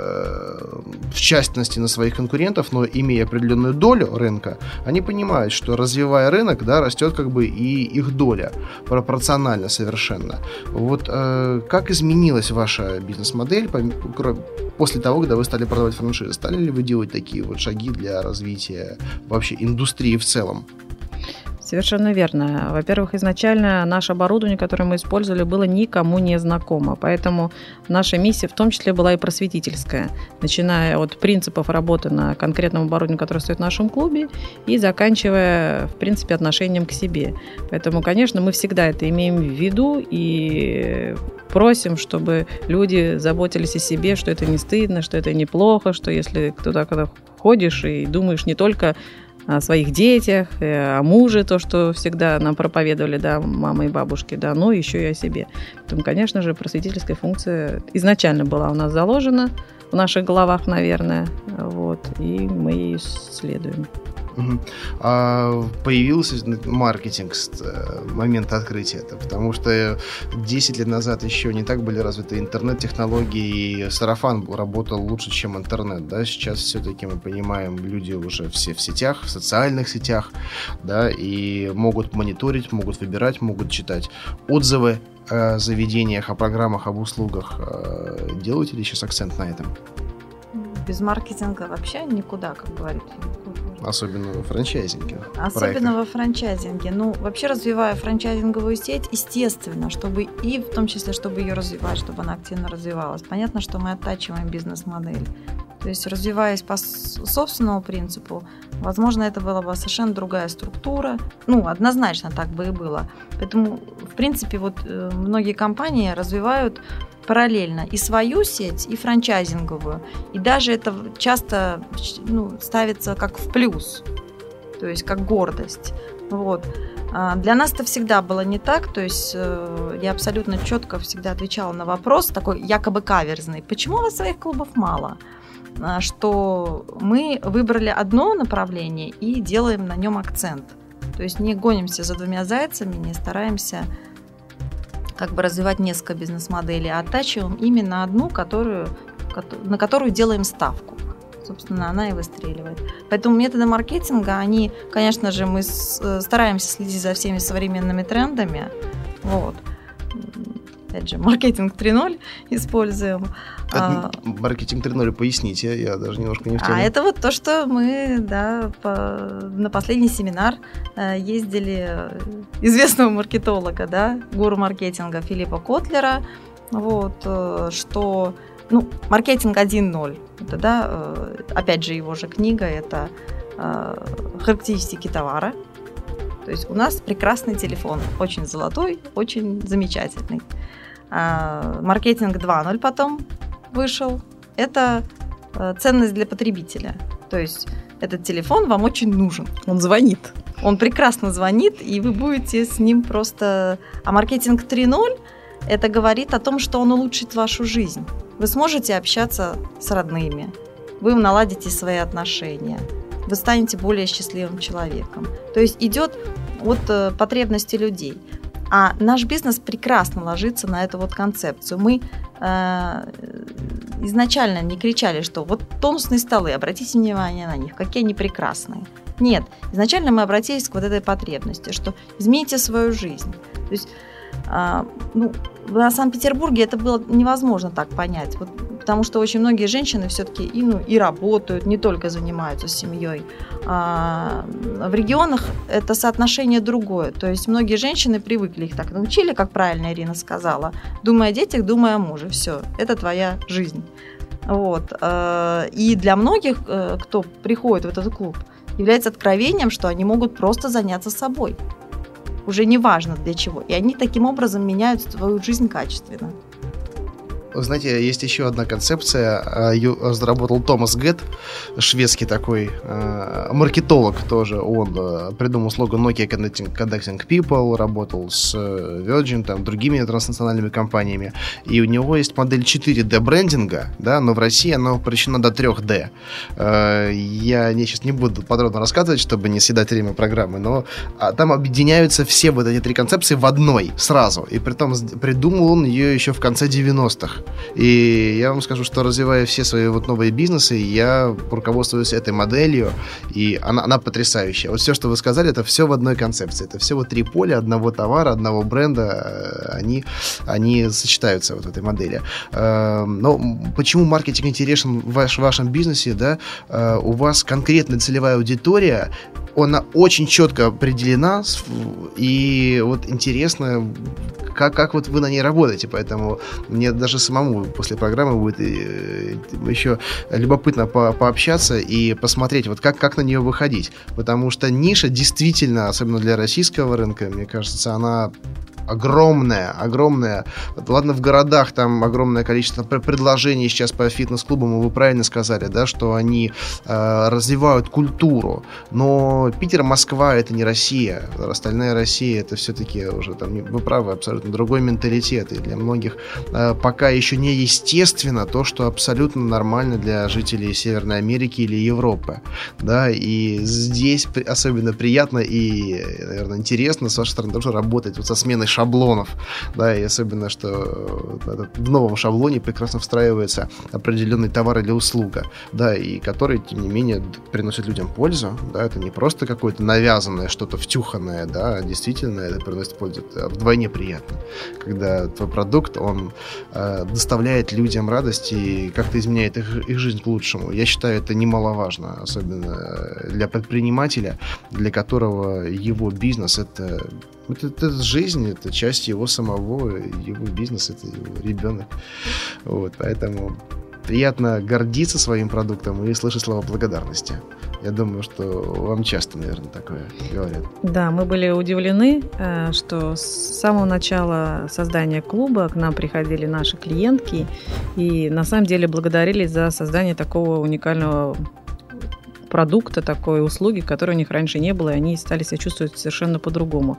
э, в частности на своих конкурентов, но имея определенную долю рынка, они понимают, что развивая рынок, да, растет как бы и их доля, пропорционально совершенно. Вот э, как изменилась ваша бизнес-модель после того, когда вы стали продавать франшизы? Стали ли вы делать такие вот шаги для развития вообще индустрии в целом? Совершенно верно. Во-первых, изначально наше оборудование, которое мы использовали, было никому не знакомо. Поэтому наша миссия в том числе была и просветительская, начиная от принципов работы на конкретном оборудовании, которое стоит в нашем клубе, и заканчивая, в принципе, отношением к себе. Поэтому, конечно, мы всегда это имеем в виду и просим, чтобы люди заботились о себе, что это не стыдно, что это неплохо, что если туда, когда ходишь и думаешь не только о своих детях, о муже, то, что всегда нам проповедовали, да, мамы и бабушки, да, но еще и о себе. Поэтому, конечно же, просветительская функция изначально была у нас заложена в наших головах, наверное, вот, и мы ее следуем. Угу. А появился маркетинг с момента открытия это, потому что десять лет назад еще не так были развиты интернет-технологии, и сарафан работал лучше, чем интернет, да, сейчас все-таки мы понимаем, люди уже все в сетях, в социальных сетях, да, и могут мониторить, могут выбирать, могут читать отзывы о заведениях, о программах, об услугах. Делаете ли сейчас акцент на этом? Без маркетинга вообще никуда, как говорит. Особенно во франчайзинге. Особенно во франчайзинге. Ну, вообще, развивая франчайзинговую сеть, естественно, чтобы и в том числе, чтобы ее развивать, чтобы она активно развивалась. Понятно, что мы оттачиваем бизнес-модель. То есть, развиваясь по собственному принципу, возможно, это была бы совершенно другая структура. Ну, однозначно так бы и было. Поэтому, в принципе, вот многие компании развивают параллельно и свою сеть, и франчайзинговую. И даже это часто, ну, ставится как в плюс, то есть как гордость. Вот. Для нас это всегда было не так, то есть я абсолютно четко всегда отвечала на вопрос, такой якобы каверзный, почему у вас своих клубов мало? Что мы выбрали одно направление и делаем на нем акцент. То есть не гонимся за двумя зайцами, не стараемся как бы развивать несколько бизнес-моделей, а оттачиваем именно одну, которую, на которую делаем ставку. Собственно, она и выстреливает. Поэтому методы маркетинга, они, конечно же, мы стараемся следить за всеми современными трендами. Вот. Опять же, маркетинг три ноль используем. А, маркетинг три ноль, поясните, я даже немножко не в теме. А это вот то, что мы, да, по, на последний семинар ездили известного маркетолога, да, гуру маркетинга Филиппа Котлера, вот, что, ну, маркетинг один ноль, это, да, опять же, его же книга, это характеристики товара. То есть у нас прекрасный телефон, очень золотой, очень замечательный. Маркетинг два ноль потом вышел. Это ценность для потребителя. То есть этот телефон вам очень нужен. Он звонит. Он прекрасно звонит, и вы будете с ним просто... А маркетинг три ноль – это говорит о том, что он улучшит вашу жизнь. Вы сможете общаться с родными, вы наладите свои отношения, вы станете более счастливым человеком. То есть идет от потребностей людей. А наш бизнес прекрасно ложится на эту вот концепцию. Мы э, изначально не кричали, что вот тонусные столы, обратите внимание на них, какие они прекрасные. Нет, изначально мы обратились к вот этой потребности, что измените свою жизнь. То есть, э, ну, в Санкт-Петербурге это было невозможно так понять, вот, потому что очень многие женщины все-таки и, ну, и работают, не только занимаются семьей. А в регионах это соотношение другое. То есть многие женщины привыкли, их так научили, как правильно Ирина сказала, думая о детях, думая о муже. Все, это твоя жизнь. Вот. И для многих, кто приходит в этот клуб, является откровением, что они могут просто заняться собой. Уже не важно для чего. И они таким образом меняют свою жизнь качественно. Вы знаете, есть еще одна концепция. Ее разработал Томас Гетт, шведский такой э, маркетолог тоже. Он э, придумал слоган Nokia Connecting, Connecting People, работал с Virgin, там, другими транснациональными компаниями. И у него есть модель четыре дэ брендинга, да, но в России она упрощена до три дэ. Э, я не, сейчас не буду подробно рассказывать, чтобы не съедать время программы, но а, там объединяются все вот эти три концепции в одной сразу. И притом придумал он ее еще в конце девяностых. И я вам скажу, что развивая все свои вот новые бизнесы, я руководствуюсь этой моделью, и она, она потрясающая. Вот все, что вы сказали, это все в одной концепции. Это все вот три поля одного товара, одного бренда, они, они сочетаются вот в этой модели. Но почему маркетинг интересен в ваш, в вашем бизнесе, да? У вас конкретная целевая аудитория, она очень четко определена, и вот интересно, как, как вот вы на ней работаете, поэтому мне даже самому после программы будет еще любопытно по, пообщаться и посмотреть, вот как, как на нее выходить, потому что ниша действительно, особенно для российского рынка, мне кажется, она огромная, огромная. Ладно, в городах там огромное количество предложений сейчас по фитнес-клубам, и вы правильно сказали, да, что они э, развивают культуру, но Питер, Москва — это не Россия, остальная Россия — это все-таки уже, там, вы правы, абсолютно другой менталитет, и для многих э, пока еще не естественно то, что абсолютно нормально для жителей Северной Америки или Европы, да, и здесь особенно приятно и, наверное, интересно с вашей стороны тоже работать вот со сменой шаблонов, да, и особенно, что в новом шаблоне прекрасно встраивается определенный товар или услуга, да, и который, тем не менее, приносит людям пользу, да, это не просто какое-то навязанное, что-то втюханное, да, а действительно это приносит пользу, это вдвойне приятно, когда твой продукт, он э, доставляет людям радость и как-то изменяет их, их жизнь к лучшему. Я считаю, это немаловажно, особенно для предпринимателя, для которого его бизнес — это Это, это жизнь, это часть его самого, его бизнес, это его ребенок. Вот, поэтому приятно гордиться своим продуктом и слышать слова благодарности. Я думаю, что вам часто, наверное, такое говорят. Да, мы были удивлены, что с самого начала создания клуба к нам приходили наши клиентки и на самом деле благодарили за создание такого уникального продукта, такой услуги, которой у них раньше не было, и они стали себя чувствовать совершенно по-другому.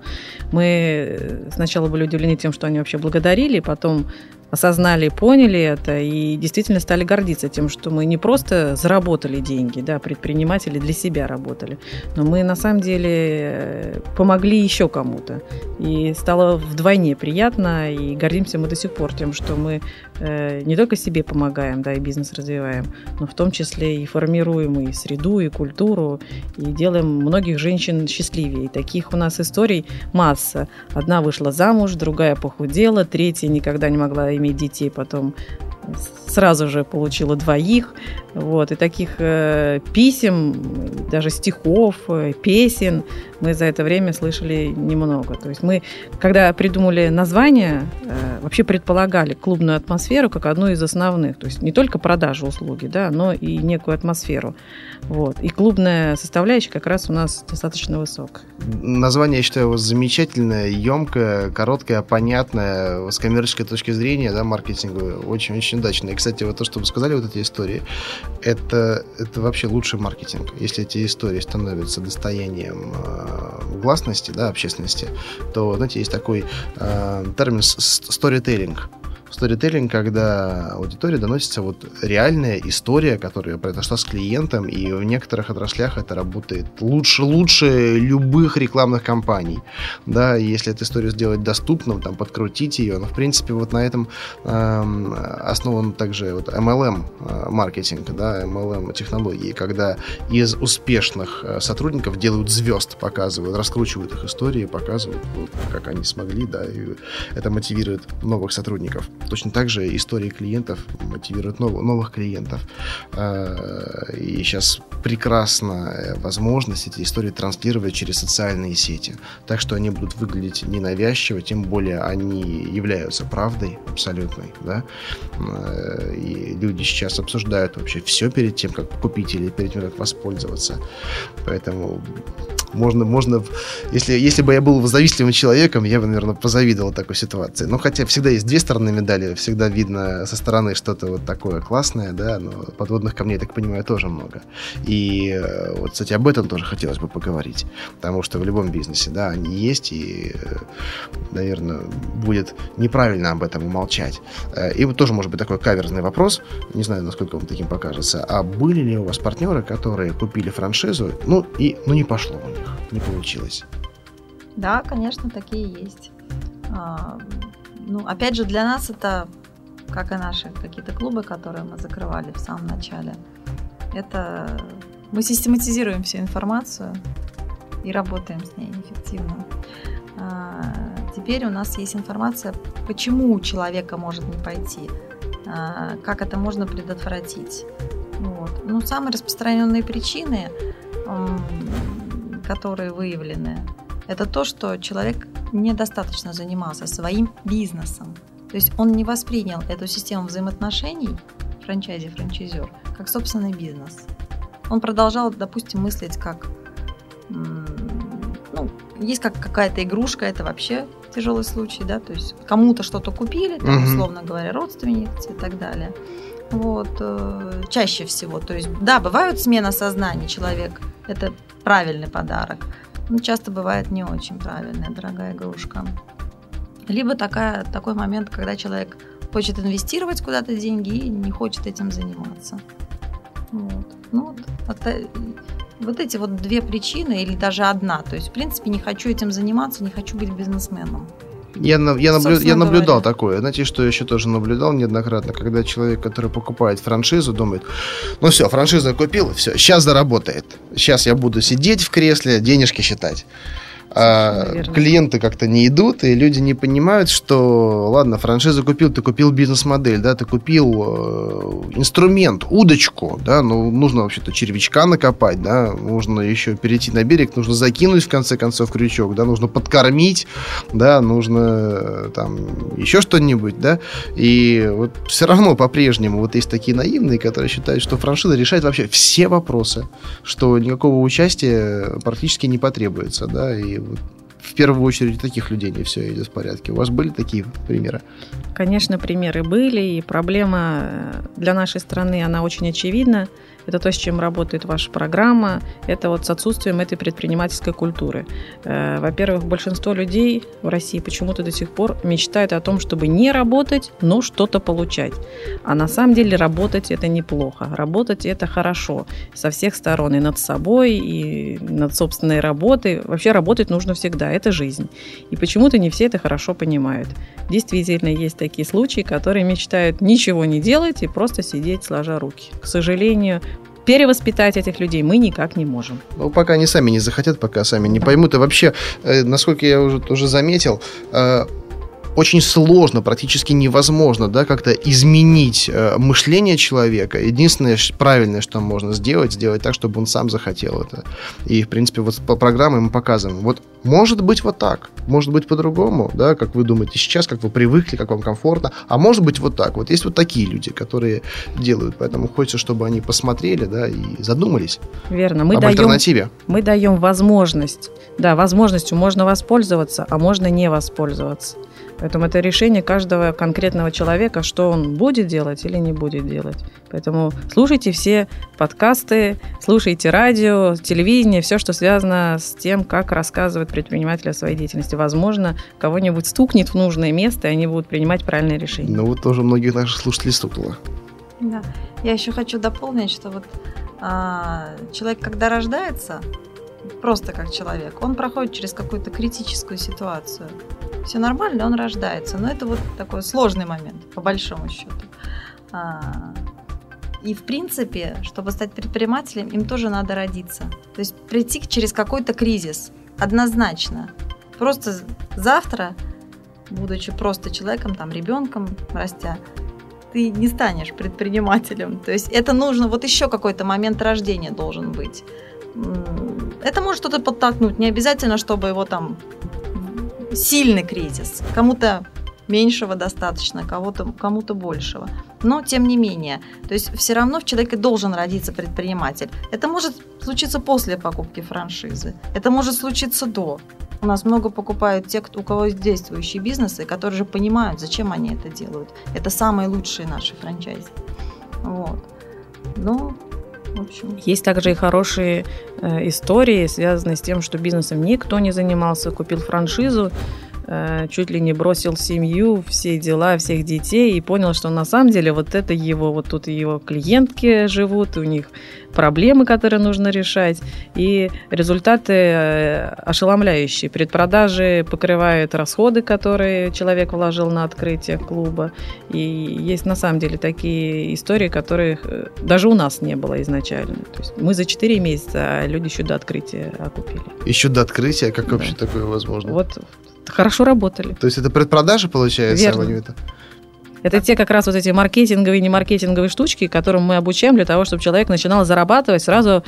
Мы сначала были удивлены тем, что они вообще благодарили, потом осознали, поняли это и действительно стали гордиться тем, что мы не просто заработали деньги, да, предприниматели для себя работали, но мы на самом деле помогли еще кому-то. И стало вдвойне приятно, и гордимся мы до сих пор тем, что мы э, не только себе помогаем, да, и бизнес развиваем, но в том числе и формируем и среду, и культуру, и делаем многих женщин счастливее. И таких у нас историй масса. Одна вышла замуж, другая похудела, третья никогда не могла иметь детей, потом сразу же получила двоих. Вот. И таких э, писем, даже стихов, э, песен мы за это время слышали немного. То есть мы, когда придумали название, э, вообще предполагали клубную атмосферу как одну из основных. То есть не только продажу услуги, да, но и некую атмосферу. Вот. И клубная составляющая как раз у нас достаточно высокая. Название, я считаю, у вас замечательное, емкое, короткое, понятное, с коммерческой точки зрения, да, маркетинговое, очень-очень удачно. И, кстати, вот то, что вы сказали, вот эти истории, это, это вообще лучший маркетинг. Если эти истории становятся достоянием э, гласности, да, общественности, то, знаете, есть такой э, термин сторителлинг. Сторителлинг, когда аудитории доносится вот реальная история, которая произошла с клиентом, и в некоторых отраслях это работает лучше, лучше любых рекламных кампаний. Да, если эту историю сделать доступным, там, подкрутить ее, но, в принципе, вот на этом э, основан также вот эм эл эм-маркетинг, да, эм эл эм-технологии, когда из успешных сотрудников делают звезд, показывают, раскручивают их истории, показывают, вот, как они смогли, да, и это мотивирует новых сотрудников. Точно так же истории клиентов мотивируют нов- новых клиентов. И сейчас прекрасная возможность эти истории транслировать через социальные сети. Так что они будут выглядеть ненавязчиво, тем более они являются правдой абсолютной. Да? И люди сейчас обсуждают вообще все перед тем, как купить или перед тем, как воспользоваться. Поэтому можно, можно если, если бы я был завистливым человеком, я бы, наверное, позавидовал такой ситуации. Но хотя всегда есть две стороны медали, всегда видно со стороны что-то вот такое классное, да, но подводных камней, я так понимаю, тоже много. И вот, кстати, об этом тоже хотелось бы поговорить, потому что в любом бизнесе, да, они есть, и, наверное, будет неправильно об этом умолчать. И вот тоже, может быть, такой каверзный вопрос, не знаю, насколько он таким покажется, а были ли у вас партнеры, которые купили франшизу, ну, и ну, не пошло у них, не получилось? Да, конечно, такие есть. А, ну, опять же, для нас это, как и наши какие-то клубы, которые мы закрывали в самом начале, это мы систематизируем всю информацию и работаем с ней эффективно. А, теперь у нас есть информация, почему у человека может не пойти, а, как это можно предотвратить. Вот. Ну, самые распространенные причины, которые выявлены, это то, что человек недостаточно занимался своим бизнесом. То есть он не воспринял эту систему взаимоотношений, франчайзи-франчайзер, как собственный бизнес. Он продолжал, допустим, мыслить как, ну, есть как какая-то игрушка, это вообще тяжелый случай, да, то есть кому-то что-то купили, там, условно говоря, родственницы и так далее. Вот, э, чаще всего, то есть, да, бывают смена сознания, человек, это правильный подарок, но часто бывает не очень правильная, дорогая игрушка. Либо такая, такой момент, когда человек хочет инвестировать куда-то деньги и не хочет этим заниматься. Вот. Ну, вот, вот, вот эти вот две причины, или даже одна, то есть, в принципе, не хочу этим заниматься, не хочу быть бизнесменом. Я, я, наблю, я наблюдал такое. Знаете, что я еще тоже наблюдал неоднократно, когда человек, который покупает франшизу, думает, ну все, франшизу купил, все, сейчас заработает. Сейчас я буду сидеть в кресле, денежки считать. А клиенты как-то не идут, и люди не понимают, что, ладно, франшизу купил, ты купил бизнес-модель, да, ты купил э, инструмент, удочку, да, ну, нужно вообще-то червячка накопать, да, нужно еще перейти на берег, нужно закинуть, в конце концов, крючок, да, нужно подкормить, да, нужно там еще что-нибудь, да, и вот все равно по-прежнему вот есть такие наивные, которые считают, что франшиза решает вообще все вопросы, что никакого участия практически не потребуется, да, и в первую очередь у таких людей не все идет в порядке. У вас были такие примеры? Конечно, примеры были, и проблема для нашей страны, она очень очевидна. Это то, с чем работает ваша программа, это вот с отсутствием этой предпринимательской культуры. Во-первых, большинство людей в России почему-то до сих пор мечтают о том, чтобы не работать, но что-то получать. А на самом деле работать – это неплохо. Работать – это хорошо со всех сторон, и над собой, и над собственной работой. Вообще работать нужно всегда, это жизнь. И почему-то не все это хорошо понимают. Действительно, есть такие случаи, которые мечтают ничего не делать и просто сидеть сложа руки. К сожалению, перевоспитать этих людей мы никак не можем. Ну, пока они сами не захотят, пока сами не поймут. И вообще, э, насколько я уже тоже заметил, э, очень сложно, практически невозможно, да, как-то изменить э, мышление человека. Единственное правильное, что можно сделать, сделать так, чтобы он сам захотел это. И, в принципе, вот по программе мы показываем. Вот может быть вот так, может быть по-другому, да, как вы думаете сейчас, как вы привыкли, как вам комфортно, а может быть вот так. Вот есть вот такие люди, которые делают, поэтому хочется, чтобы они посмотрели, да, и задумались. Верно. Мы об даем, альтернативе. Мы даем возможность. Да, возможностью можно воспользоваться, а можно не воспользоваться. Поэтому это решение каждого конкретного человека, что он будет делать или не будет делать. Поэтому слушайте все подкасты, слушайте радио, телевидение, все, что связано с тем, как рассказывают предприниматели о своей деятельности. Возможно, кого-нибудь стукнет в нужное место, и они будут принимать правильные решения. Ну вот тоже многих наших слушателей стукнуло. Да. Я еще хочу дополнить, что вот а, человек, когда рождается, просто как человек, он проходит через какую-то критическую ситуацию. Все нормально, он рождается. Но это вот такой сложный момент, по большому счету. И, в принципе, чтобы стать предпринимателем, им тоже надо родиться. То есть прийти через какой-то кризис. Однозначно. Просто завтра будучи просто человеком, там, ребенком растя, ты не станешь предпринимателем. То есть это нужно, вот еще какой-то момент рождения должен быть. Это может что-то подтолкнуть, не обязательно, чтобы его там сильный кризис. Кому-то меньшего достаточно, кого-то, кому-то большего. Но тем не менее, то есть все равно в человеке должен родиться предприниматель. Это может случиться после покупки франшизы, это может случиться до. У нас много покупают те, у кого есть действующие бизнесы, которые же понимают, зачем они это делают. Это самые лучшие наши франчайзи. Вот. Ну, в общем. Есть также и хорошие э, истории, связанные с тем, что бизнесом никто не занимался, купил франшизу, э, чуть ли не бросил семью, все дела, всех детей и понял, что на самом деле вот это его, вот тут его клиентки живут, у них проблемы, которые нужно решать, и результаты ошеломляющие. Предпродажи покрывают расходы, которые человек вложил на открытие клуба. И есть на самом деле такие истории, которых даже у нас не было изначально. То есть мы за четыре месяца, а люди еще до открытия окупили. Еще до открытия? Как да. вообще такое возможно? Вот хорошо работали. То есть это предпродажи, получается? Верно. Это те как раз вот эти маркетинговые и немаркетинговые штучки, которым мы обучаем для того, чтобы человек начинал зарабатывать сразу,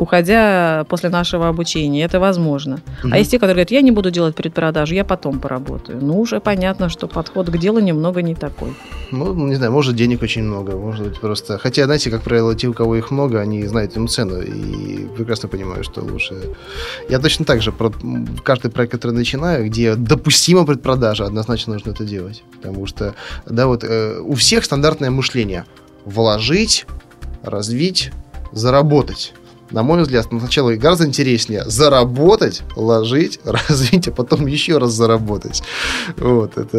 уходя после нашего обучения. Это возможно. Угу. А есть те, которые говорят, я не буду делать предпродажу, я потом поработаю. Ну, уже понятно, что подход к делу немного не такой. Ну, не знаю, может, денег очень много, может быть, просто... Хотя, знаете, как правило, те, у кого их много, они знают им цену и прекрасно понимают, что лучше. Я точно так же про каждый проект, который начинаю, где допустима предпродажа, однозначно нужно это делать. Потому что, да, вот у всех стандартное мышление. Вложить, развить, заработать. На мой взгляд, сначала гораздо интереснее заработать, вложить, развить, а потом еще раз заработать. Вот, это,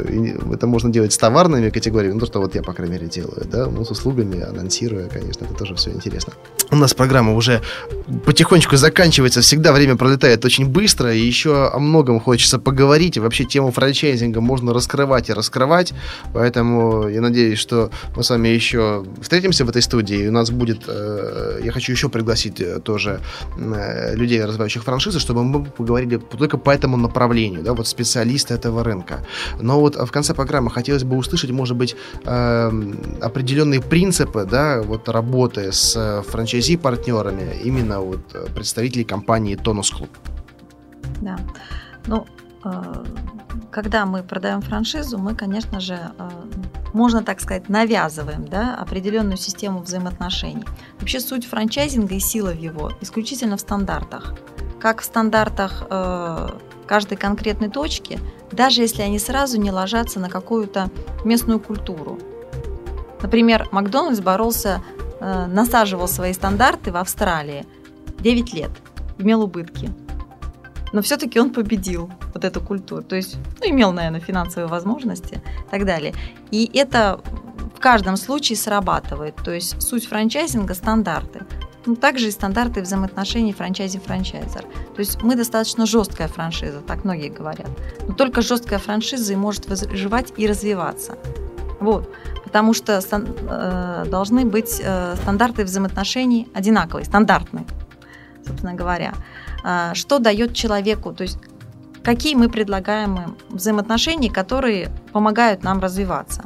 это можно делать с товарными категориями, ну, то, что вот я, по крайней мере, делаю, да, ну, с услугами, анонсируя, конечно, это тоже все интересно. У нас программа уже потихонечку заканчивается, всегда время пролетает очень быстро, и еще о многом хочется поговорить, и вообще тему франчайзинга можно раскрывать и раскрывать, поэтому я надеюсь, что мы с вами еще встретимся в этой студии, и у нас будет, э, я хочу еще пригласить тоже людей, развивающих франшизы, чтобы мы поговорили только по этому направлению, да, вот специалисты этого рынка. Но вот в конце программы хотелось бы услышать, может быть, определенные принципы, да, вот работы с франчайзи-партнерами, именно вот представителей компании Тонус Клуб. Да, ну, когда мы продаем франшизу, мы, конечно же, можно так сказать, навязываем, да, определенную систему взаимоотношений. Вообще суть франчайзинга и сила в его исключительно в стандартах. Как в стандартах э, каждой конкретной точки, даже если они сразу не ложатся на какую-то местную культуру. Например, Макдональдс боролся, э, насаживал свои стандарты в Австралии девять лет, имел убытки. Но все-таки он победил вот эту культуру. То есть, ну, имел, наверное, финансовые возможности и так далее. И это в каждом случае срабатывает. То есть суть франчайзинга – стандарты. Ну, также и стандарты взаимоотношений франчайзи-франчайзер. То есть мы достаточно жесткая франшиза, так многие говорят. Но только жесткая франшиза и может выживать и развиваться. Вот. Потому что э, должны быть э, стандарты взаимоотношений одинаковые, стандартные, собственно говоря. Что дает человеку, то есть какие мы предлагаем им взаимоотношения, которые помогают нам развиваться.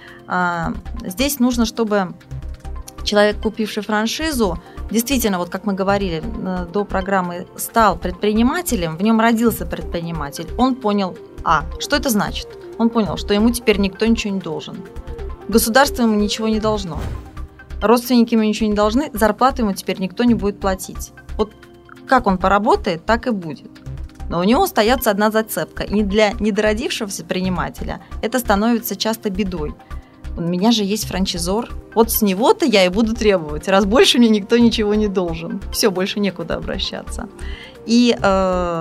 Здесь нужно, чтобы человек, купивший франшизу, действительно, вот как мы говорили до программы, стал предпринимателем, в нем родился предприниматель, он понял, а, что это значит? Он понял, что ему теперь никто ничего не должен. Государство ему ничего не должно. Родственники ему ничего не должны, зарплату ему теперь никто не будет платить. Вот как он поработает, так и будет. Но у него остается одна зацепка. И для недородившегося предпринимателя это становится часто бедой. У меня же есть франчайзор, вот с него-то я и буду требовать, раз больше мне никто ничего не должен. Все, больше некуда обращаться. И, э,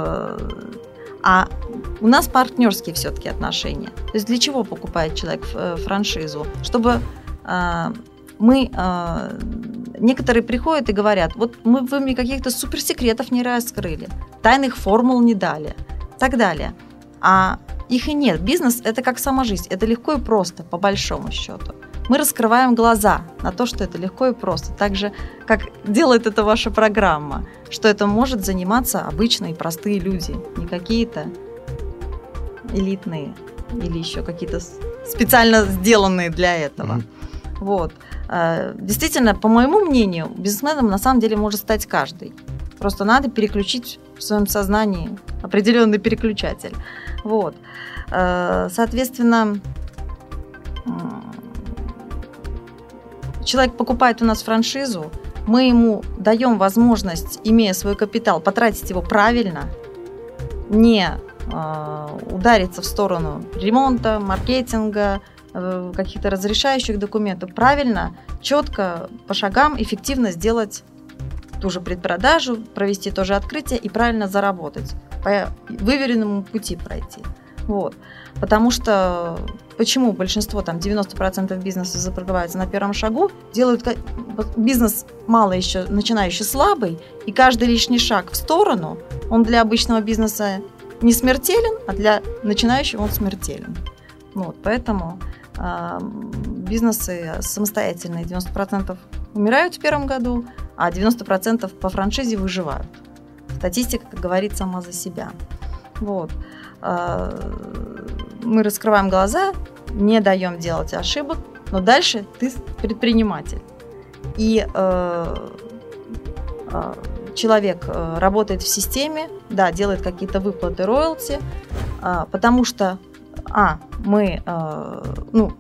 а у нас партнерские все-таки отношения. То есть для чего покупает человек франшизу? Чтобы... Э, Мы, э, некоторые приходят и говорят, вот мы, вы мне каких-то суперсекретов не раскрыли, тайных формул не дали, и так далее. А их и нет. Бизнес – это как сама жизнь, это легко и просто, по большому счету. Мы раскрываем глаза на то, что это легко и просто, так же, как делает это ваша программа, что это может заниматься обычные простые люди, не какие-то элитные или еще какие-то специально сделанные для этого. Mm-hmm. Вот. Действительно, по моему мнению, бизнесменом на самом деле может стать каждый. Просто надо переключить в своем сознании определенный переключатель. Вот. Соответственно, человек покупает у нас франшизу, мы ему даем возможность, имея свой капитал, потратить его правильно, не удариться в сторону ремонта, маркетинга, каких-то разрешающих документов, правильно, четко, по шагам, эффективно сделать ту же предпродажу, провести то же открытие и правильно заработать, по выверенному пути пройти. Вот. Потому что почему большинство, там девяносто процентов бизнеса закрывается на первом шагу, делают бизнес мало еще, начинающий слабый, и каждый лишний шаг в сторону, он для обычного бизнеса не смертелен, а для начинающего он смертелен. Вот. Поэтому э, бизнесы самостоятельные девяносто процентов умирают в первом году, а девяносто процентов по франшизе выживают. Статистика, как говорит, сама за себя. Вот. Мы раскрываем глаза, не даем делать ошибок, но дальше ты предприниматель. И э, э, человек работает в системе, да, делает какие-то выплаты роялти, э, потому что, а, мы, э, ну,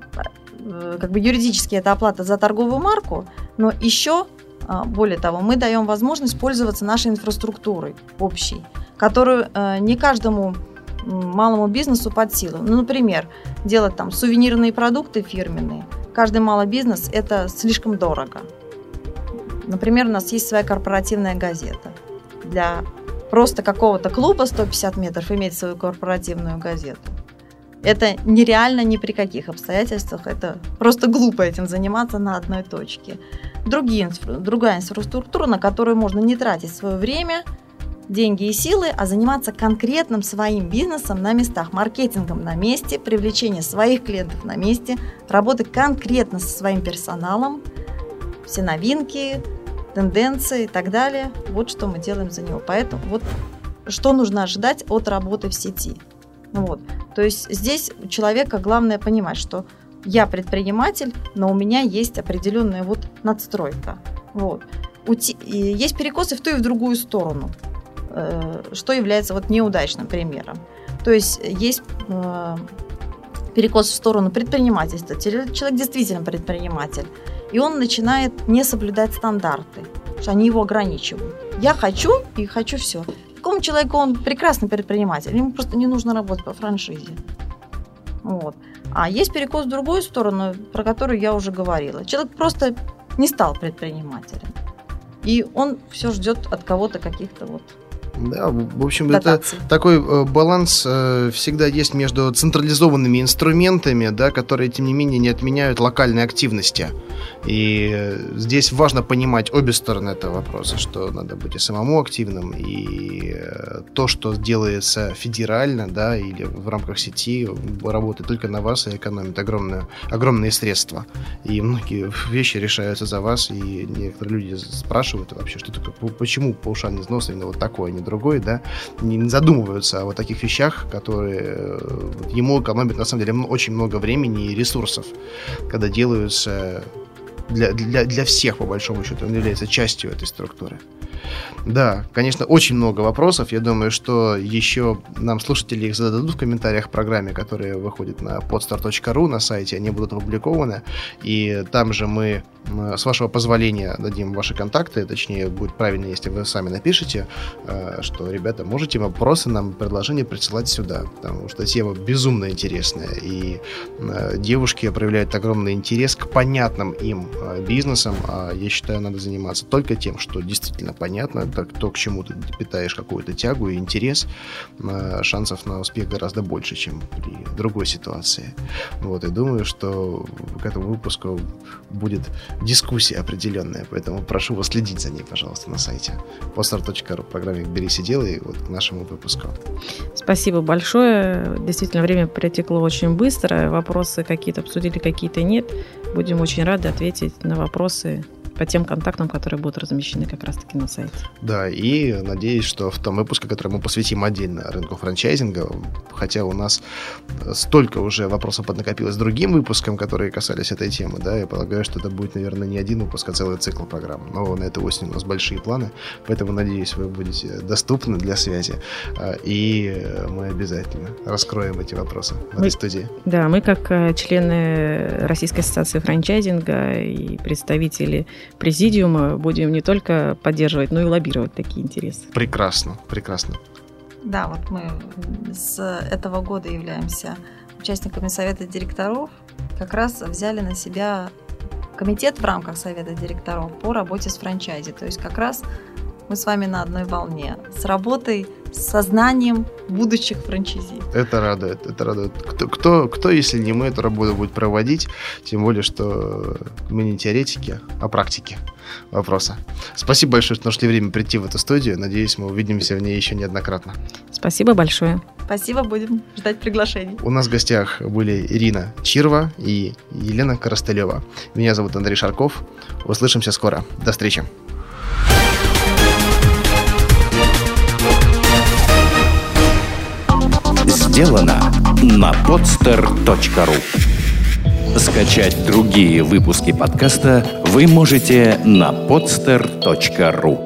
э, как бы юридически это оплата за торговую марку, но еще, э, более того, мы даем возможность пользоваться нашей инфраструктурой общей, которую э, не каждому малому бизнесу под силу. Ну, например, делать там сувенирные продукты фирменные. Каждый малый бизнес – это слишком дорого. Например, у нас есть своя корпоративная газета. Для просто какого-то клуба сто пятьдесят метров иметь свою корпоративную газету – это нереально ни при каких обстоятельствах. Это просто глупо этим заниматься на одной точке. Другие, другая инфраструктура, на которую можно не тратить свое время, деньги и силы, а заниматься конкретным своим бизнесом на местах, маркетингом на месте, привлечение своих клиентов на месте, работы конкретно со своим персоналом, все новинки, тенденции и так далее. Вот что мы делаем за него. Поэтому вот что нужно ожидать от работы в сети. Вот. То есть здесь у человека главное понимать, что я предприниматель, но у меня есть определенная вот надстройка. Вот. Есть перекосы в ту и в другую сторону, что является вот неудачным примером. То есть есть э, перекос в сторону предпринимательства. Человек действительно предприниматель, и он начинает не соблюдать стандарты, потому что они его ограничивают. Я хочу и хочу все. Такому человеку он прекрасный предприниматель, ему просто не нужно работать по франшизе. Вот. А есть перекос в другую сторону, про которую я уже говорила. Человек просто не стал предпринимателем, и он все ждет от кого-то каких-то вот. Да, в общем, дотации. Это такой э, баланс э, всегда есть между централизованными инструментами, да, которые, тем не менее, не отменяют локальной активности. И э, здесь важно понимать обе стороны этого вопроса, что надо быть и самому активным, и э, то, что делается федерально, да, или в рамках сети, работает только на вас и экономит огромное, огромные средства. И многие вещи решаются за вас, и некоторые люди спрашивают вообще, что такое, почему паушальный взнос именно вот такой, а не другой, да, не задумываются о вот таких вещах, которые ему экономят на самом деле очень много времени и ресурсов, когда делаются для, для, для всех, по большому счету, он является частью этой структуры. Да, конечно, очень много вопросов. Я думаю, что еще нам слушатели их зададут в комментариях к программе, которая выходит на podstar точка ру на сайте. Они будут опубликованы. И там же мы, с вашего позволения, дадим ваши контакты. Точнее, будет правильно, если вы сами напишите, что, ребята, можете вопросы нам, предложения присылать сюда. Потому что тема безумно интересная. И девушки проявляют огромный интерес к понятным им бизнесам. А я считаю, надо заниматься только тем, что действительно понятно. Так, то, к чему ты питаешь какую-то тягу и интерес, шансов на успех гораздо больше, чем при другой ситуации. Вот, и думаю, что к этому выпуску будет дискуссия определенная, поэтому прошу вас следить за ней, пожалуйста, на сайте podstar точка ру, в программе «Берись и делай», вот к нашему выпуску. Спасибо большое. Действительно, время протекло очень быстро. Вопросы какие-то обсудили, какие-то нет. Будем очень рады ответить на вопросы по тем контактам, которые будут размещены как раз-таки на сайте. Да, и надеюсь, что в том выпуске, который мы посвятим отдельно рынку франчайзинга, хотя у нас столько уже вопросов поднакопилось другим выпускам, которые касались этой темы, да, я полагаю, что это будет, наверное, не один выпуск, а целый цикл программ. Но на эту осень у нас большие планы, поэтому, надеюсь, вы будете доступны для связи, и мы обязательно раскроем эти вопросы в этой мы, студии. Да, мы как члены Российской ассоциации франчайзинга и представители президиума будем не только поддерживать, но и лоббировать такие интересы. Прекрасно, прекрасно. Да, вот мы с этого года являемся участниками совета директоров, как раз взяли на себя комитет в рамках совета директоров по работе с франчайзи. То есть как раз мы с вами на одной волне с работой, с сознанием будущих франчайзи. Это радует, это радует. Кто, кто, кто, если не мы, эту работу будет проводить, тем более, что мы не теоретики, а практики вопроса. Спасибо большое, что нашли время прийти в эту студию. Надеюсь, мы увидимся в ней еще неоднократно. Спасибо большое. Спасибо, будем ждать приглашений. У нас в гостях были Ирина Чирва и Елена Коростылева. Меня зовут Андрей Шарков. Услышимся скоро. До встречи. Сделано на подстер точка ру. Скачать другие выпуски подкаста вы можете на подстер точка ру.